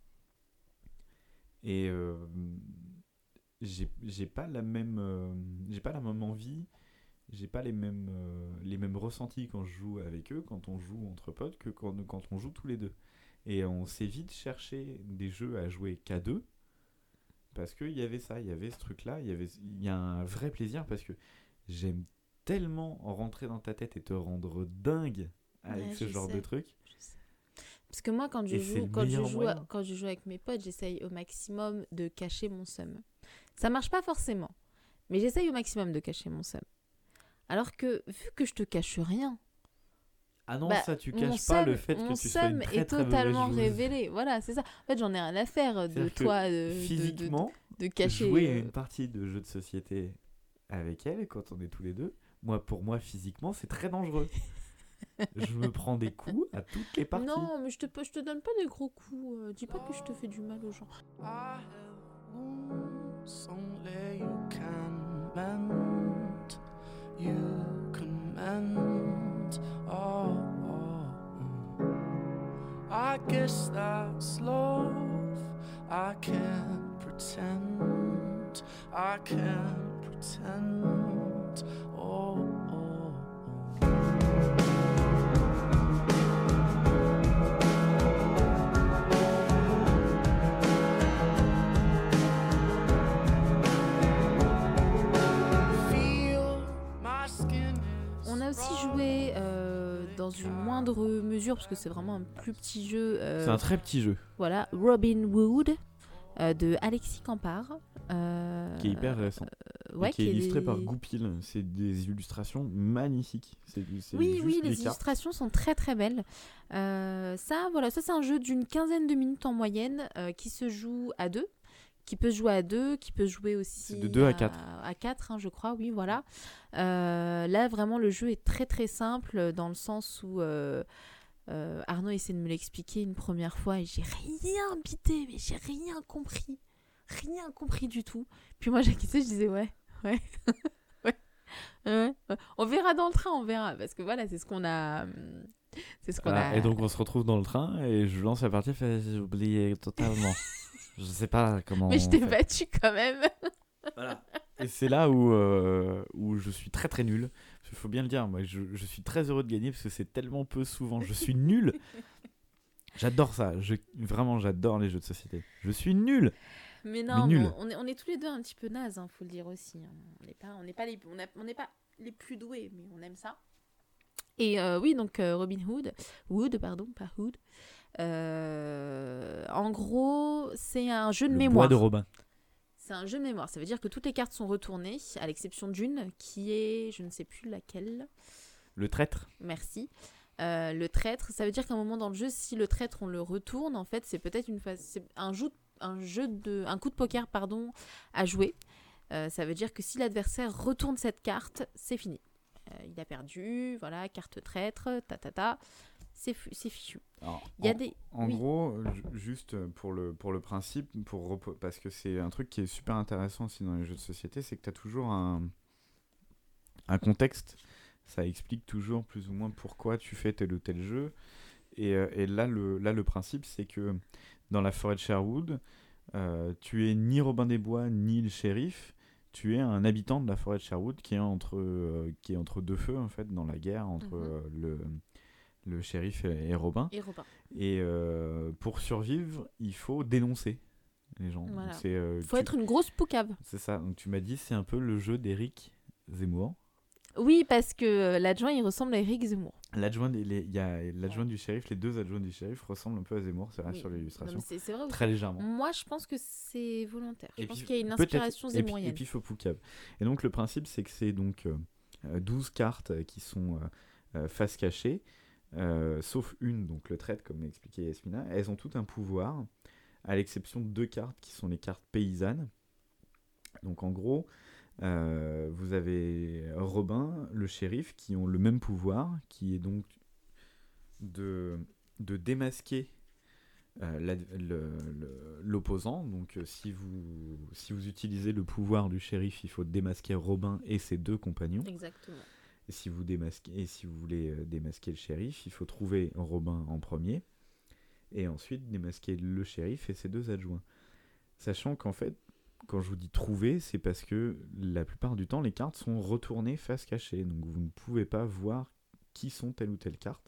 Speaker 2: Et euh, j'ai j'ai pas la même, euh, j'ai pas la même envie, j'ai pas les mêmes, euh, les mêmes ressentis quand je joue avec eux, quand on joue entre potes, que quand, quand on joue tous les deux. Et on s'est vite cherché des jeux à jouer qu'à deux, parce qu'il y avait ça, il y avait ce truc-là, il y avait, il y a un vrai plaisir, parce que j'aime tellement rentrer dans ta tête et te rendre dingue avec
Speaker 1: Ouais,
Speaker 2: ce
Speaker 1: je
Speaker 2: genre
Speaker 1: sais.
Speaker 2: de truc.
Speaker 1: Je sais. Parce que moi, quand je
Speaker 2: Et c'est
Speaker 1: joue,
Speaker 2: le
Speaker 1: quand je
Speaker 2: meilleur
Speaker 1: joue,
Speaker 2: moyen.
Speaker 1: quand je joue avec mes potes, j'essaye au maximum de cacher mon seum. Ça marche pas forcément, mais j'essaye au maximum de cacher mon seum. Alors que, vu que je te cache rien,
Speaker 2: Ah non,
Speaker 1: bah,
Speaker 2: ça tu
Speaker 1: mon
Speaker 2: caches pas
Speaker 1: seum-
Speaker 2: le fait
Speaker 1: mon
Speaker 2: que tu sois une
Speaker 1: seum
Speaker 2: très
Speaker 1: est
Speaker 2: très
Speaker 1: totalement
Speaker 2: mauvaise joueuse.
Speaker 1: révélé. Voilà, c'est ça. En fait, j'en ai rien à faire de
Speaker 2: C'est-à-dire que
Speaker 1: toi, de, de- de-
Speaker 2: Physiquement,
Speaker 1: de, cacher.
Speaker 2: jouer à
Speaker 1: euh,
Speaker 2: une partie de jeu de société avec elle, quand on est tous les deux, moi pour moi physiquement c'est très dangereux. Je me prends des coups à toutes les parties.
Speaker 1: Non, mais je te, je te donne pas des gros coups. euh, dis pas que je te fais du mal aux gens.
Speaker 4: I have wounds only you can mend. You can mend. Oh, oh, oh. I guess that's love. I can't pretend. I can't pretend. Oh, oh, oh. Feel my skin is
Speaker 1: On a aussi joué euh, dans une moindre mesure, parce que c'est vraiment un plus petit jeu. euh,
Speaker 2: C'est un très petit jeu
Speaker 1: Voilà, Robin Hood euh, de Alexis Campard. euh,
Speaker 2: qui est hyper récent.
Speaker 1: ouais,
Speaker 2: et qui est illustré
Speaker 1: des-
Speaker 2: par Goupil. C'est des illustrations magnifiques. C'est, c'est
Speaker 1: Oui,
Speaker 2: juste
Speaker 1: oui,
Speaker 2: des
Speaker 1: les
Speaker 2: cartes.
Speaker 1: illustrations sont très très belles. Euh, ça, voilà, ça c'est un jeu d'une quinzaine de minutes en moyenne euh, qui se joue à deux, qui peut se jouer à deux, qui peut se jouer aussi
Speaker 2: C'est de deux à quatre.
Speaker 1: À quatre, hein, je crois, oui, voilà. Euh, là, vraiment, le jeu est très très simple dans le sens où euh, euh, Arnaud essaie de me l'expliquer une première fois et j'ai rien bité, mais j'ai rien compris. Rien compris du tout. Puis moi, j'acquittais, je disais ouais, ouais, ouais, ouais, ouais. On verra dans le train, on verra. Parce que voilà, c'est ce qu'on a. hum, C'est ce qu'on
Speaker 2: Voilà.
Speaker 1: a.
Speaker 2: Et donc on se retrouve dans le train et je lance la partie. je fais, J'ai oublié totalement. Je sais pas comment.
Speaker 1: Mais je
Speaker 2: on
Speaker 1: t'ai
Speaker 2: fait.
Speaker 1: battu quand même.
Speaker 2: Voilà. Et c'est là où, euh, où je suis très très nul. Il faut bien le dire, moi je, je suis très heureux de gagner parce que c'est tellement peu souvent. Je suis nul. J'adore ça. Je, vraiment, j'adore les jeux de société. Je suis nul.
Speaker 1: Mais non,
Speaker 2: nul.
Speaker 1: mais on, est, on est tous les deux un petit peu nazes, hein, faut le dire aussi. hein. On n'est pas, on n'est pas, les, on a- on n'est pas les plus doués, mais on aime ça. Et euh, oui, donc euh, Robin Hood, Wood, pardon, pas Hood. Euh, en gros, c'est un jeu de
Speaker 2: Le
Speaker 1: mémoire.
Speaker 2: bois de Robin.
Speaker 1: C'est un jeu de mémoire. Ça veut dire que toutes les cartes sont retournées, à l'exception d'une qui est, je ne sais plus laquelle.
Speaker 2: Le traître.
Speaker 1: Merci. Euh, le traître, ça veut dire qu'à un moment dans le jeu, si le traître on le retourne, en fait, c'est peut-être une phase, c'est un jeu, un jeu de, un coup de poker pardon, à jouer. Euh, ça veut dire que si l'adversaire retourne cette carte, c'est fini. Euh, il a perdu, voilà, carte traître, ta ta ta, c'est, fu- c'est fichu.
Speaker 2: Alors,
Speaker 1: Il y a
Speaker 2: en,
Speaker 1: des,
Speaker 2: en
Speaker 1: oui.
Speaker 2: gros, ju- juste pour le, pour le principe, pour repo- parce que c'est un truc qui est super intéressant aussi dans les jeux de société, c'est que tu as toujours un, un contexte. Ça explique toujours plus ou moins pourquoi tu fais tel ou tel jeu. Et, euh, et là, le, là, le principe, c'est que dans la forêt de Sherwood, euh, tu es ni Robin des Bois, ni le shérif. Tu es un habitant de la forêt de Sherwood qui est entre, euh, qui est entre deux feux, en fait, dans la guerre entre
Speaker 1: Mhm.
Speaker 2: euh, le, le shérif et, et Robin.
Speaker 1: Et Robin.
Speaker 2: Et euh, pour survivre, il faut dénoncer les gens. Donc
Speaker 1: Voilà.
Speaker 2: c'est, euh,
Speaker 1: Faut
Speaker 2: tu-
Speaker 1: être une grosse poucave.
Speaker 2: c'est ça. Donc tu m'as dit, c'est un peu le jeu d'Éric Zemmour.
Speaker 1: Oui, parce que euh, l'adjoint, il ressemble à Eric Zemmour.
Speaker 2: L'adjoint, des- les- il y a l'adjoint du shérif, les deux adjoints du shérif ressemblent un peu à Zemmour, c'est vrai,
Speaker 1: Oui.
Speaker 2: sur
Speaker 1: Non,
Speaker 2: l'illustration.
Speaker 1: mais c'est, c'est vrai aussi.
Speaker 2: Très légèrement.
Speaker 1: Moi, je pense que c'est volontaire. Je
Speaker 2: Et
Speaker 1: pense
Speaker 2: puis,
Speaker 1: qu'il y a une
Speaker 2: peut-être-
Speaker 1: inspiration
Speaker 2: et puis-
Speaker 1: zémourienne.
Speaker 2: Et puis, il faut Poucave. Et donc, le principe, c'est que c'est donc euh, euh, douze cartes euh, qui sont euh, euh, face cachée, euh, sauf une, donc le traître, comme l'a expliqué Yasmina. Elles ont toutes un pouvoir, à l'exception de deux cartes qui sont les cartes paysannes. Donc, en gros, euh, vous avez Robin, le shérif, qui ont le même pouvoir, qui est donc de, de démasquer euh, la- le- le- l'opposant. Donc euh, si vous, si vous utilisez le pouvoir du shérif, il faut démasquer Robin et ses deux compagnons.
Speaker 1: Exactement.
Speaker 2: Et si vous, démasquez, et si vous voulez euh, démasquer le shérif, il faut trouver Robin en premier et ensuite démasquer le shérif et ses deux adjoints. Sachant qu'en fait, quand je vous dis trouver, c'est parce que la plupart du temps, les cartes sont retournées face cachée. Donc vous ne pouvez pas voir qui sont telle ou telle carte.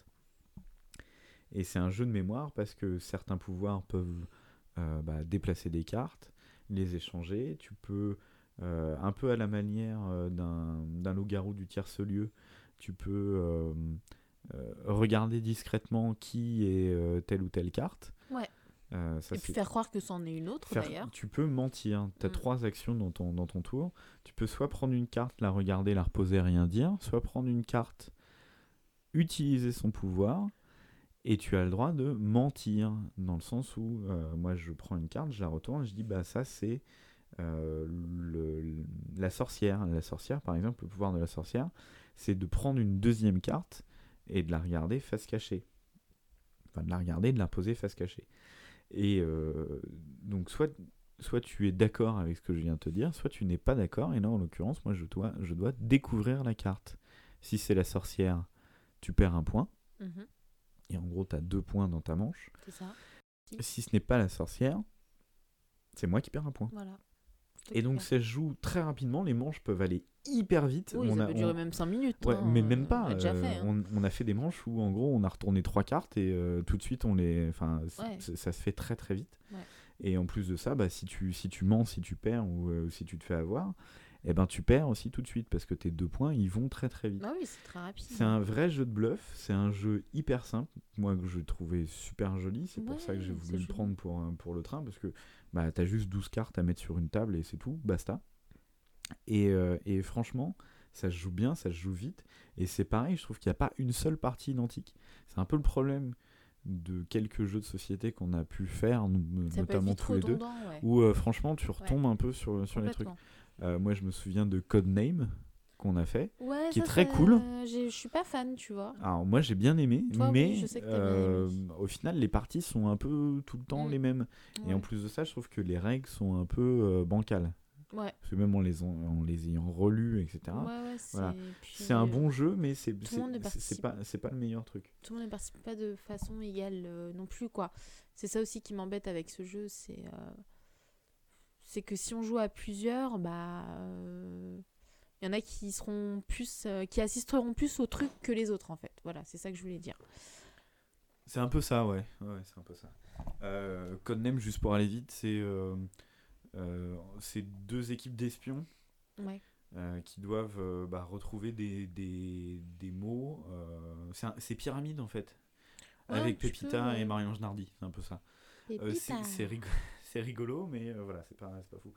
Speaker 2: Et c'est un jeu de mémoire parce que certains pouvoirs peuvent euh, bah, déplacer des cartes, les échanger. Tu peux, euh, un peu à la manière euh, d'un, d'un loup-garou du tierce-lieu, tu peux euh, euh, regarder discrètement qui est euh, telle ou telle carte.
Speaker 1: Ouais.
Speaker 2: Euh, ça,
Speaker 1: Et
Speaker 2: c'est-
Speaker 1: puis faire croire que c'en est une autre,
Speaker 2: Faire-
Speaker 1: d'ailleurs.
Speaker 2: Tu peux mentir. Tu as
Speaker 1: Mm.
Speaker 2: trois actions dans ton, dans ton tour. Tu peux soit prendre une carte, la regarder, la reposer, rien dire, soit prendre une carte, utiliser son pouvoir, et tu as le droit de mentir, dans le sens où, euh, moi je prends une carte, je la retourne, je dis, bah ça c'est euh, le- le- la sorcière. La sorcière, par exemple, le pouvoir de la sorcière, c'est de prendre une deuxième carte et de la regarder face cachée. Enfin, de la regarder et de la reposer face cachée. Et euh, donc, soit, soit tu es d'accord avec ce que je viens de te dire, soit tu n'es pas d'accord. Et là, en l'occurrence, moi, je dois, je dois découvrir la carte. Si c'est la sorcière, tu perds un point.
Speaker 1: Mhm,
Speaker 2: Et en gros, tu as deux points dans ta manche.
Speaker 1: c'est ça.
Speaker 2: Si ce n'est pas la sorcière, c'est moi qui perds un point.
Speaker 1: Voilà. C'est
Speaker 2: Et donc,
Speaker 1: clair.
Speaker 2: ça se joue très rapidement. Les manches peuvent aller hyper vite.
Speaker 1: Oui,
Speaker 2: On
Speaker 1: ça
Speaker 2: a-
Speaker 1: peut durer
Speaker 2: on-
Speaker 1: même cinq minutes.
Speaker 2: Ouais,
Speaker 1: hein,
Speaker 2: mais
Speaker 1: euh,
Speaker 2: même pas.
Speaker 1: On l'a déjà
Speaker 2: euh,
Speaker 1: fait. hein.
Speaker 2: on, on a fait des manches où, en gros, on a retourné trois cartes et euh, tout de suite, on les. Enfin, c-
Speaker 1: Ouais.
Speaker 2: c- ça se fait très très vite.
Speaker 1: Ouais.
Speaker 2: Et en plus de ça, bah, si tu si tu mens, si tu perds ou euh, si tu te fais avoir, eh ben tu perds aussi tout de suite parce que tes deux points, ils vont très très vite.
Speaker 1: Ah oui, c'est très rapide.
Speaker 2: C'est un vrai jeu de bluff. C'est un jeu hyper simple. Moi, que je trouvais super joli. C'est pour ça que j'ai
Speaker 1: Ouais,
Speaker 2: voulu
Speaker 1: c'est
Speaker 2: le
Speaker 1: joli.
Speaker 2: prendre pour un- pour le train parce que bah t'as juste douze cartes à mettre sur une table et c'est tout, basta. Et, euh, et franchement, ça se joue bien, ça se joue vite. Et c'est pareil, je trouve qu'il n'y a pas une seule partie identique. C'est un peu le problème de quelques jeux de société qu'on a pu faire, nous,
Speaker 1: Ça peut être
Speaker 2: notamment
Speaker 1: vite
Speaker 2: tous les deux,
Speaker 1: redondant, ouais.
Speaker 2: où euh, franchement tu retombes un peu sur, sur les trucs.
Speaker 1: Complètement.
Speaker 2: Euh, moi je me souviens de Codename qu'on a fait.
Speaker 1: Ouais,
Speaker 2: qui est
Speaker 1: ça,
Speaker 2: très
Speaker 1: ça-
Speaker 2: cool.
Speaker 1: j'ai- Je suis pas fan, tu vois.
Speaker 2: Alors moi j'ai bien aimé,
Speaker 1: Toi, oui,
Speaker 2: mais
Speaker 1: je sais que t'as bien
Speaker 2: euh,
Speaker 1: aimé.
Speaker 2: au final les parties sont un peu tout le temps
Speaker 1: Mm.
Speaker 2: les mêmes. Et en
Speaker 1: Ouais.
Speaker 2: plus de ça, je trouve que les règles sont un peu euh, bancales.
Speaker 1: Ouais.
Speaker 2: Parce que même en les, en, en les ayant relus, et cetera.
Speaker 1: Ouais, ouais, c'est...
Speaker 2: Voilà.
Speaker 1: puis,
Speaker 2: C'est un
Speaker 1: euh,
Speaker 2: bon jeu, mais c'est
Speaker 1: tout le monde ne
Speaker 2: c'est- c'est
Speaker 1: participe.
Speaker 2: pas, c'est pas le meilleur truc.
Speaker 1: Tout le monde ne participe pas de façon égale euh, non plus, quoi. C'est ça aussi qui m'embête avec ce jeu, c'est... euh, C'est que si on joue à plusieurs, bah... euh, il y en a qui seront plus... euh, qui assisteront plus au truc que les autres, en fait. Voilà, c'est ça que je voulais dire.
Speaker 2: C'est un peu ça, ouais. Ouais, c'est un peu ça. Euh, Codename, juste pour aller vite, c'est euh, euh, c'est deux équipes d'espions
Speaker 1: Ouais.
Speaker 2: euh, qui doivent euh, bah, retrouver des, des, des mots. euh, c'est un- c'est Pyramide, en fait.
Speaker 1: Ouais,
Speaker 2: Avec
Speaker 1: tu
Speaker 2: Pépita
Speaker 1: peux, ouais.
Speaker 2: et Marie-Ange Nardi, c'est un peu ça.
Speaker 1: Et
Speaker 2: Euh,
Speaker 1: puis,
Speaker 2: c'est
Speaker 1: t'as-
Speaker 2: c'est rigo- c'est rigolo, mais euh, voilà, c'est pas, c'est pas fou.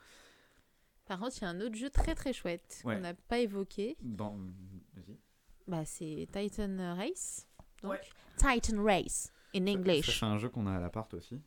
Speaker 1: Par contre, il y a un autre jeu très très chouette
Speaker 2: Ouais.
Speaker 1: qu'on n'a pas évoqué.
Speaker 2: Dans... Vas-y.
Speaker 1: Bah, c'est Titan Race. Donc,
Speaker 2: Ouais.
Speaker 1: Titan Race, in
Speaker 2: Ça,
Speaker 1: English.
Speaker 2: c'est un jeu qu'on a à l'appart aussi.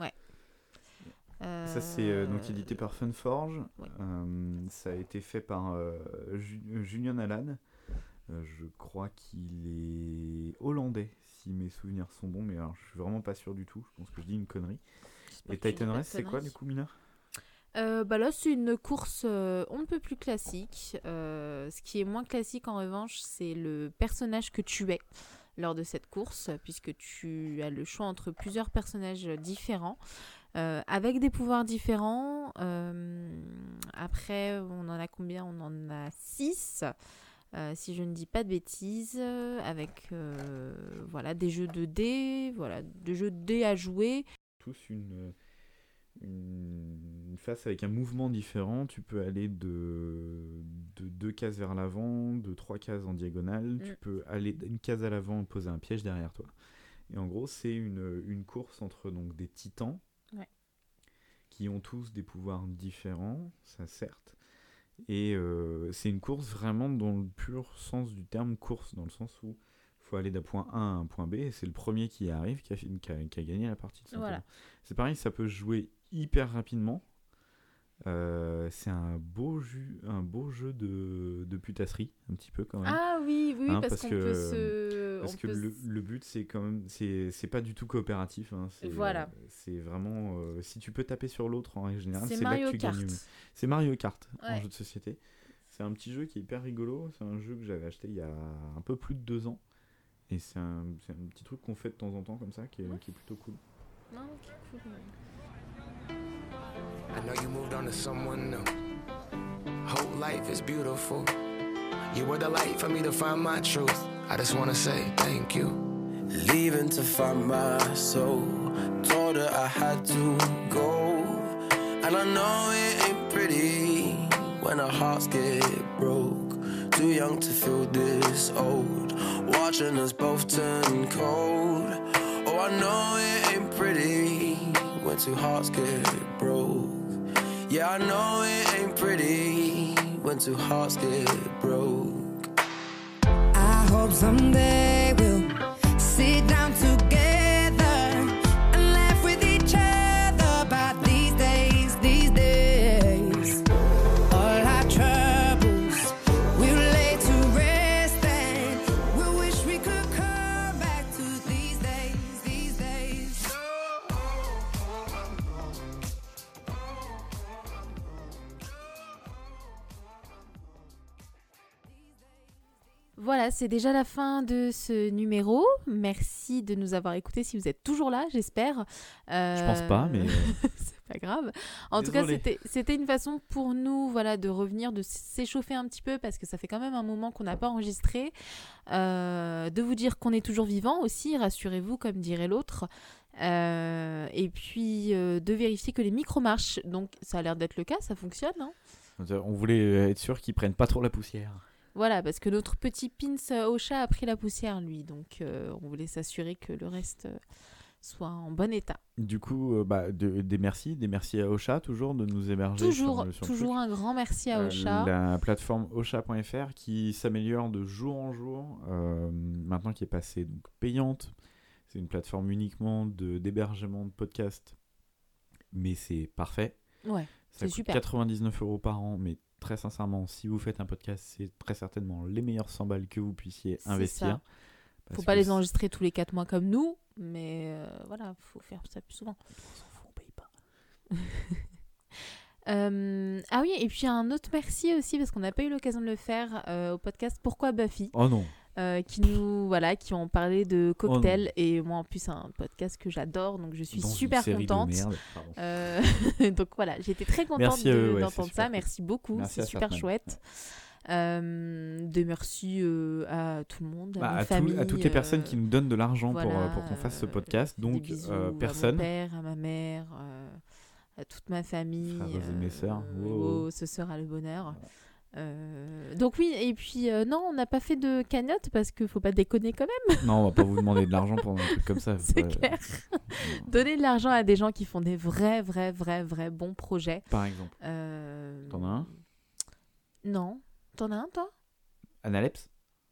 Speaker 1: Euh,
Speaker 2: Ça, c'est euh, donc édité par Funforge.
Speaker 1: ouais.
Speaker 2: Euh, ça a été fait par euh, Ju- Julian Allan. Euh, je crois qu'il est hollandais, si mes souvenirs sont bons, mais alors, je suis vraiment pas sûr du tout. Je pense que je dis une connerie.
Speaker 1: j'espère
Speaker 2: Et
Speaker 1: que tu dis
Speaker 2: Titan
Speaker 1: pas de
Speaker 2: Race, c'est quoi
Speaker 1: conneries.
Speaker 2: du coup, Mina?
Speaker 1: Euh, bah là, c'est une course euh, on ne peut plus classique. Euh, ce qui est moins classique, en revanche, c'est le personnage que tu es lors de cette course, puisque tu as le choix entre plusieurs personnages différents, euh, avec des pouvoirs différents. Euh, après, on en a combien? On en a six. Euh, si je ne dis pas de bêtises, euh, avec euh, voilà, des jeux de dés, voilà, des jeux de dés à jouer.
Speaker 2: Tous une, une face avec un mouvement différent. Tu peux aller de, de deux cases vers l'avant, de trois cases en diagonale.
Speaker 1: Mm.
Speaker 2: Tu peux aller d'une case à l'avant et poser un piège derrière toi. Et en gros, c'est une, une course entre donc, des titans
Speaker 1: Ouais.
Speaker 2: qui ont tous des pouvoirs différents, ça certes. Et euh, c'est une course vraiment dans le pur sens du terme course, dans le sens où il faut aller d'un point A à un point B, et c'est le premier qui y arrive qui a, fi- qui a, qui a gagné la partie. Tout simplement.
Speaker 1: Voilà.
Speaker 2: C'est pareil, ça peut jouer hyper rapidement. Euh, c'est un beau, ju- un beau jeu de, de putasserie, un petit peu quand même.
Speaker 1: Ah oui, oui,
Speaker 2: Hein,
Speaker 1: parce,
Speaker 2: parce
Speaker 1: qu'on
Speaker 2: que-
Speaker 1: peut se...
Speaker 2: Parce
Speaker 1: on
Speaker 2: que
Speaker 1: peut
Speaker 2: le,
Speaker 1: s-
Speaker 2: le but, c'est quand même, c'est, c'est pas du tout coopératif. Hein, c'est,
Speaker 1: Voilà.
Speaker 2: euh, c'est vraiment, euh, si tu peux taper sur l'autre en règle générale,
Speaker 1: c'est
Speaker 2: c'est là
Speaker 1: Mario
Speaker 2: que tu
Speaker 1: Kart.
Speaker 2: gagnes. C'est Mario Kart en
Speaker 1: Ouais.
Speaker 2: jeu de société. C'est un petit jeu qui est hyper rigolo. C'est un jeu que j'avais acheté il y a un peu plus de deux ans. Et c'est un, c'est un petit truc qu'on fait de temps en temps comme ça, qui est,
Speaker 1: Ouais.
Speaker 2: qui est plutôt cool.
Speaker 1: Non, ok, cool.
Speaker 4: I know you moved on to someone new. Whole life is beautiful. You were the light for me to find my truth. I just wanna say thank you.
Speaker 5: Leaving to find my soul. Told her I had to go. And I know it ain't pretty when our hearts get broke. Too young to feel this old. Watching us both turn cold. Oh, I know it ain't pretty when two hearts get broke. Yeah, I know it ain't pretty when two hearts get broke.
Speaker 3: I hope someday we'll sit down together and laugh with each other about these days, these days. All our troubles we'll lay to rest and we wish we could come back to these days, these days.
Speaker 1: Voilà, c'est déjà la fin de ce numéro. Merci de nous avoir écoutés si vous êtes toujours là, j'espère. Euh,
Speaker 2: Je pense pas, mais, euh,
Speaker 1: c'est pas grave. En tout cas,
Speaker 2: Désolé.
Speaker 1: c'était, c'était une façon pour nous, voilà, de revenir, de s'échauffer un petit peu parce que ça fait quand même un moment qu'on n'a pas enregistré. Euh, de vous dire qu'on est toujours vivant aussi, rassurez-vous, comme dirait l'autre. Euh, et puis euh, de vérifier que les micros marchent. Donc ça a l'air d'être le cas, ça fonctionne, hein.
Speaker 2: on voulait être sûr qu'ils prennent pas trop la poussière.
Speaker 1: Voilà, parce que notre petit pins euh, Ocha a pris la poussière, lui. Donc, euh, on voulait s'assurer que le reste euh, soit en bon état.
Speaker 2: Du coup, euh, bah, de- des merci, des merci à Ocha toujours de nous héberger.
Speaker 1: Toujours,
Speaker 2: sur le- sur le
Speaker 1: toujours
Speaker 2: truc.
Speaker 1: un grand merci à
Speaker 2: Euh,
Speaker 1: Ocha.
Speaker 2: La plateforme ocha point f r qui s'améliore de jour en jour, euh, maintenant qui est passée donc, payante. C'est une plateforme uniquement de, d'hébergement de podcasts, mais c'est parfait.
Speaker 1: Ouais,
Speaker 2: Ça
Speaker 1: c'est
Speaker 2: coûte
Speaker 1: super.
Speaker 2: quatre-vingt-dix-neuf euros par an, mais très sincèrement, si vous faites un podcast, c'est très certainement les meilleures cent balles que vous puissiez
Speaker 1: C'est
Speaker 2: investir.
Speaker 1: ça.
Speaker 2: Parce
Speaker 1: Faut pas
Speaker 2: que
Speaker 1: les
Speaker 2: c'est-
Speaker 1: enregistrer tous les quatre mois comme nous, mais euh, voilà, faut faire ça plus souvent.
Speaker 2: On s'en fout, on paye pas.
Speaker 1: Euh, ah oui, et puis un autre merci aussi, parce qu'on n'a pas eu l'occasion de le faire euh, au podcast Pourquoi Buffy,
Speaker 2: Oh non.
Speaker 1: euh, qui nous, voilà, qui ont parlé de cocktails,
Speaker 2: non.
Speaker 1: et moi en plus c'est un podcast que j'adore, donc je suis
Speaker 2: Dans une
Speaker 1: super
Speaker 2: série de
Speaker 1: contente.
Speaker 2: merde, pardon.
Speaker 1: Euh, donc voilà, j'étais très contente
Speaker 2: Merci à
Speaker 1: de-
Speaker 2: eux, ouais,
Speaker 1: d'entendre
Speaker 2: c'est super
Speaker 1: ça.
Speaker 2: cool.
Speaker 1: Merci beaucoup,
Speaker 2: Merci
Speaker 1: c'est
Speaker 2: à
Speaker 1: super
Speaker 2: Sartman.
Speaker 1: chouette. Euh, des merci euh, à tout le monde, à,
Speaker 2: Bah,
Speaker 1: nos
Speaker 2: à, tout-
Speaker 1: familles,
Speaker 2: à toutes les personnes
Speaker 1: euh,
Speaker 2: qui nous donnent de l'argent pour,
Speaker 1: voilà,
Speaker 2: euh, pour qu'on fasse ce
Speaker 1: euh,
Speaker 2: podcast.
Speaker 1: des
Speaker 2: Donc,
Speaker 1: bisous
Speaker 2: euh,
Speaker 1: à mon
Speaker 2: personne.
Speaker 1: père, à ma mère, euh, à toute ma famille.
Speaker 2: Frères et mes sœurs.
Speaker 1: euh,
Speaker 2: Wow.
Speaker 1: oh, ce sera le bonheur. Euh, donc oui, et puis euh, non, on n'a pas fait de cagnotte parce qu'il faut pas déconner quand même.
Speaker 2: Non, on va pas vous demander de l'argent pour un truc comme ça.
Speaker 1: C'est
Speaker 2: Faut pas-
Speaker 1: clair. Donner de l'argent à des gens qui font des vrais, vrais, vrais, vrais bons projets.
Speaker 2: Par exemple.
Speaker 1: Euh,
Speaker 2: T'en as un
Speaker 1: Non. T'en as un, toi?
Speaker 2: Analeps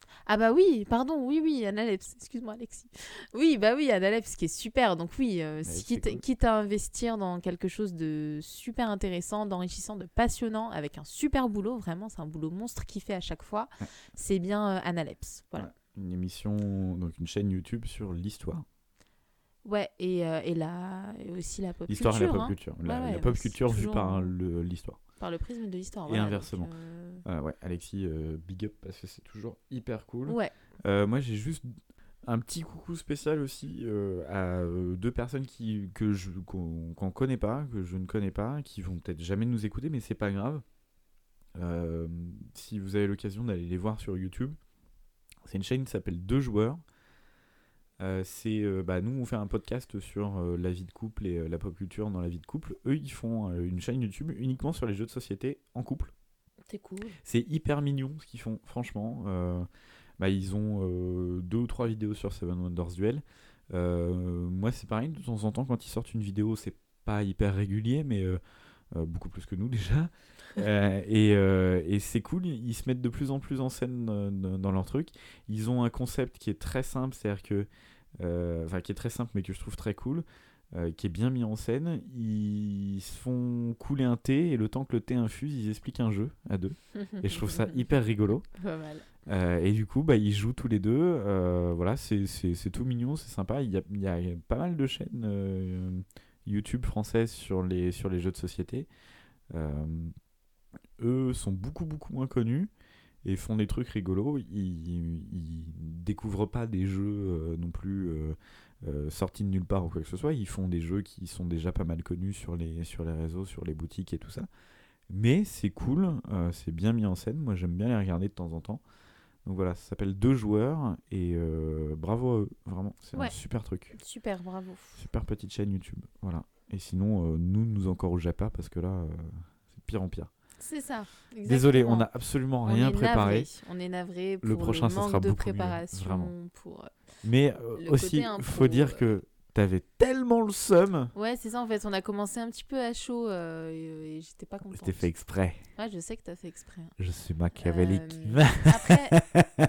Speaker 1: Ah bah oui, pardon, oui, oui, Analepse, excuse-moi Alexis. Oui, bah oui, Analepse qui est super, donc oui, euh, si,
Speaker 2: c'est
Speaker 1: quitte,
Speaker 2: cool.
Speaker 1: quitte à investir dans quelque chose de super intéressant, d'enrichissant, de passionnant, avec un super boulot, vraiment, c'est un boulot monstre qu'il fait à chaque fois,
Speaker 2: Ouais.
Speaker 1: c'est bien euh, Analepse, voilà.
Speaker 2: Ouais. Une émission, donc une chaîne YouTube sur l'histoire.
Speaker 1: Ouais, et, euh, et, la, et aussi la pop
Speaker 2: L'histoire
Speaker 1: culture,
Speaker 2: et la pop
Speaker 1: hein,
Speaker 2: culture. La,
Speaker 1: Ouais, ouais,
Speaker 2: la pop
Speaker 1: c'est
Speaker 2: culture vue
Speaker 1: toujours,
Speaker 2: par
Speaker 1: euh,
Speaker 2: le- l'histoire.
Speaker 1: par le prisme de l'histoire.
Speaker 2: Et
Speaker 1: voilà,
Speaker 2: inversement.
Speaker 1: donc, euh,
Speaker 2: Ah ouais, Alexis, euh, big up parce que c'est toujours hyper cool.
Speaker 1: Ouais,
Speaker 2: Euh, moi, j'ai juste un petit coucou spécial aussi euh, à euh, deux personnes qui, que je, qu'on, qu'on connaît pas, que je ne connais pas, qui vont peut-être jamais nous écouter, mais c'est pas grave. Euh, si vous avez l'occasion d'aller les voir sur YouTube, c'est une chaîne qui s'appelle Deux Joueurs. Euh, c'est, euh, bah, nous, on fait un podcast sur euh, la vie de couple et euh, la pop culture dans la vie de couple. Eux, ils font euh, une chaîne YouTube uniquement sur les jeux de société en couple.
Speaker 1: c'est cool.
Speaker 2: C'est hyper mignon ce qu'ils font, franchement. Euh, bah, ils ont euh, deux ou trois vidéos sur Seven Wonders Duel. Euh, moi, c'est pareil, de temps en temps, quand ils sortent une vidéo, c'est pas hyper régulier, mais euh, euh, beaucoup plus que nous déjà. Euh, et, euh, et c'est cool, ils se mettent de plus en plus en scène euh, dans, dans leur truc. Ils ont un concept qui est très simple, c'est-à-dire que, euh, enfin, qui est très simple, mais que je trouve très cool. Euh, qui est bien mis en scène. Ils se font couler un thé et le temps que le thé infuse, ils expliquent un jeu à deux. Et je trouve ça hyper rigolo.
Speaker 1: Pas mal.
Speaker 2: Euh, et du coup, bah, ils jouent tous les deux. Euh, voilà, c'est, c'est, c'est tout mignon, c'est sympa. Il y a, il y a pas mal de chaînes euh, YouTube françaises sur les, sur les jeux de société. Euh, eux sont beaucoup, beaucoup moins connus et font des trucs rigolos. Ils, ils découvrent pas des jeux euh, non plus euh, euh, sortis de nulle part ou quoi que ce soit. Ils font des jeux qui sont déjà pas mal connus sur les, sur les réseaux, sur les boutiques et tout ça. Mais c'est cool, euh, c'est bien mis en scène. Moi, j'aime bien les regarder de temps en temps. Donc voilà, ça s'appelle Deux Joueurs et euh, bravo à eux, vraiment, c'est
Speaker 1: Ouais.
Speaker 2: un super truc.
Speaker 1: Super, bravo.
Speaker 2: Super petite chaîne YouTube, voilà. Et sinon, euh, nous, nous encourageons pas parce que là, euh, c'est de pire en pire.
Speaker 1: C'est ça.
Speaker 2: Désolé, on
Speaker 1: exactement.
Speaker 2: n'a absolument
Speaker 1: On
Speaker 2: rien
Speaker 1: est
Speaker 2: préparé.
Speaker 1: navré. On est navré pour
Speaker 2: Le
Speaker 1: le,
Speaker 2: prochain, ça
Speaker 1: manque
Speaker 2: sera
Speaker 1: de
Speaker 2: beaucoup mieux,
Speaker 1: préparation.
Speaker 2: vraiment.
Speaker 1: Pour... euh,
Speaker 2: Mais euh,
Speaker 1: Le
Speaker 2: aussi,
Speaker 1: côté impro,
Speaker 2: faut dire
Speaker 1: euh.
Speaker 2: que t'avais tellement le seum.
Speaker 1: Ouais, c'est ça en fait. On a commencé un petit peu à chaud euh, et, et j'étais pas contente.
Speaker 2: C'était fait exprès.
Speaker 1: Ouais, je sais que t'as fait exprès. hein.
Speaker 2: Je suis machiavélique.
Speaker 1: Euh, Après,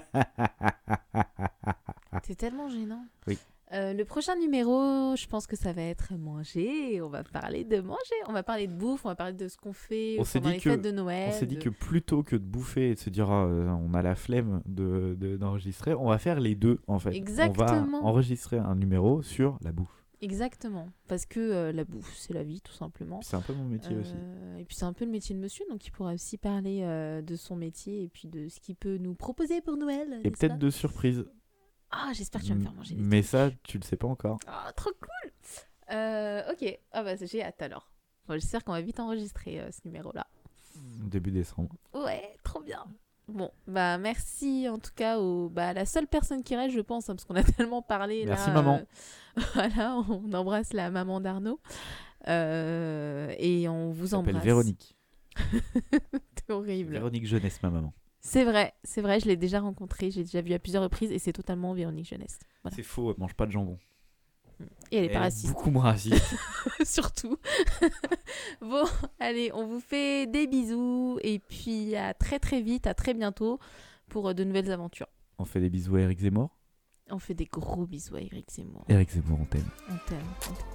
Speaker 1: c'est tellement gênant.
Speaker 2: Oui.
Speaker 1: Euh, le prochain numéro, je pense que ça va être manger. On va parler de manger. On va parler de bouffe. On va parler de ce qu'on fait
Speaker 2: On s'est
Speaker 1: pendant
Speaker 2: dit
Speaker 1: les
Speaker 2: que-
Speaker 1: fêtes de Noël.
Speaker 2: On s'est dit
Speaker 1: de-
Speaker 2: que plutôt que de bouffer et de se dire ah, euh, on a la flemme de, de- d'enregistrer, on va faire les deux en fait. On
Speaker 1: Exactement.
Speaker 2: va enregistrer un numéro sur la bouffe.
Speaker 1: Exactement. Parce que euh, la bouffe, c'est la vie, tout simplement.
Speaker 2: C'est un peu mon métier aussi.
Speaker 1: Euh, et puis c'est un peu le métier de monsieur, donc il pourra aussi parler euh, de son métier et puis de ce qu'il peut nous proposer pour Noël.
Speaker 2: Et
Speaker 1: n'est-ce
Speaker 2: peut-être
Speaker 1: pas
Speaker 2: de surprise.
Speaker 1: Ah, j'espère que tu vas me faire manger des
Speaker 2: Mais
Speaker 1: trucs.
Speaker 2: ça, tu le sais pas encore.
Speaker 1: Ah, trop cool. Euh, ok, ah bah j'ai hâte alors. Bon, j'espère qu'on va vite enregistrer euh, ce numéro-là.
Speaker 2: Début décembre.
Speaker 1: Ouais, trop bien. Bon, bah merci en tout cas au bah la seule personne qui reste, je pense, hein, parce qu'on a tellement parlé.
Speaker 2: Merci,
Speaker 1: là,
Speaker 2: maman.
Speaker 1: euh, voilà, on embrasse la maman d'Arnaud Euh, et on vous
Speaker 2: Elle s'appelle
Speaker 1: embrasse.
Speaker 2: Véronique.
Speaker 1: C'est horrible.
Speaker 2: Véronique Jeunesse, ma maman.
Speaker 1: C'est vrai, c'est vrai, je l'ai déjà rencontrée, j'ai déjà vu à plusieurs reprises et c'est totalement Véronique Jeunesse. Voilà.
Speaker 2: C'est faux, elle mange pas de jambon.
Speaker 1: Et elle est
Speaker 2: Elle
Speaker 1: pas
Speaker 2: est
Speaker 1: raciste,
Speaker 2: beaucoup moins raciste.
Speaker 1: surtout. Bon, allez, on vous fait des bisous et puis à très très vite, à très bientôt pour euh, de nouvelles aventures.
Speaker 2: On fait des bisous à Eric Zemmour.
Speaker 1: On fait des gros bisous à Eric Zemmour.
Speaker 2: Eric Zemmour, on t'aime.
Speaker 1: On t'aime. on t'aime.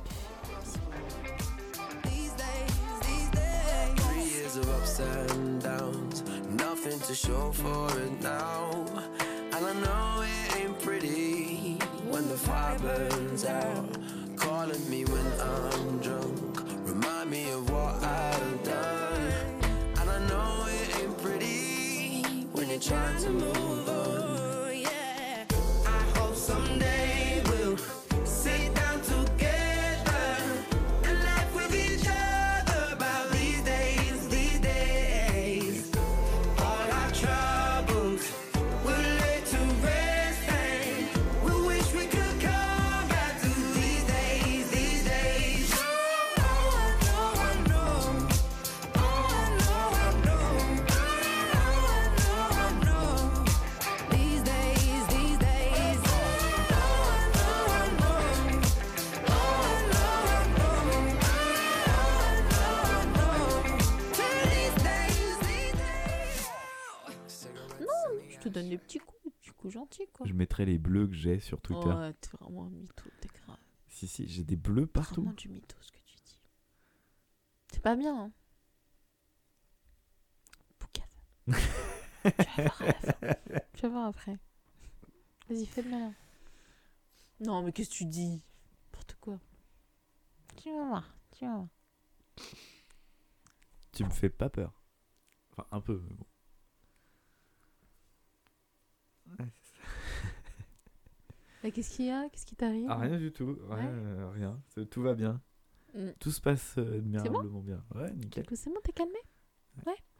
Speaker 5: These days, these days. Three years of ups and downs, nothing to show for it now. And I know it ain't pretty when the fire burns out. Calling me when I'm drunk, remind me of what I've done. And I know it ain't pretty when you're trying to move on. Yeah, I hope someday we'll sit down together and laugh with each other about these days, these days. All our troubles we'll lay to rest and we wish we could come back to these days, these days. Oh, I know, I know. Oh, I know, I know. Oh, I know, I know. These days, these days. Oh, I know, I know. Oh, I know, I know. Oh, I know, I know. These days, these days.
Speaker 1: Non, je te donne des petits coups, des petits coups. coup gentil, quoi.
Speaker 2: Je mettrai les bleus que j'ai sur Twitter.
Speaker 1: Oh, ouais, t'es vraiment un mytho, t'es grave.
Speaker 2: Si, si, j'ai des bleus partout.
Speaker 1: Vraiment du mytho, ce que tu dis. C'est pas bien, hein. Poucave. Tu vas voir à la fin. Tu vas voir après. Vas-y, fais le malin. Non, mais qu'est-ce que tu dis? N'importe quoi. Tu vas voir, tu vas voir.
Speaker 2: Tu me fais pas peur. Enfin, un peu, mais bon. Ouais, c'est ça.
Speaker 1: Et qu'est-ce qu'il y a? Qu'est-ce qui t'arrive?
Speaker 2: Ah, rien du tout. Rien.
Speaker 1: Ouais.
Speaker 2: euh, rien. C'est- Tout va bien.
Speaker 1: Mm.
Speaker 2: Tout se passe euh, admirablement bien. Ouais,
Speaker 1: Du
Speaker 2: nickel.
Speaker 1: coup, c'est bon, t'es calmé? Ouais.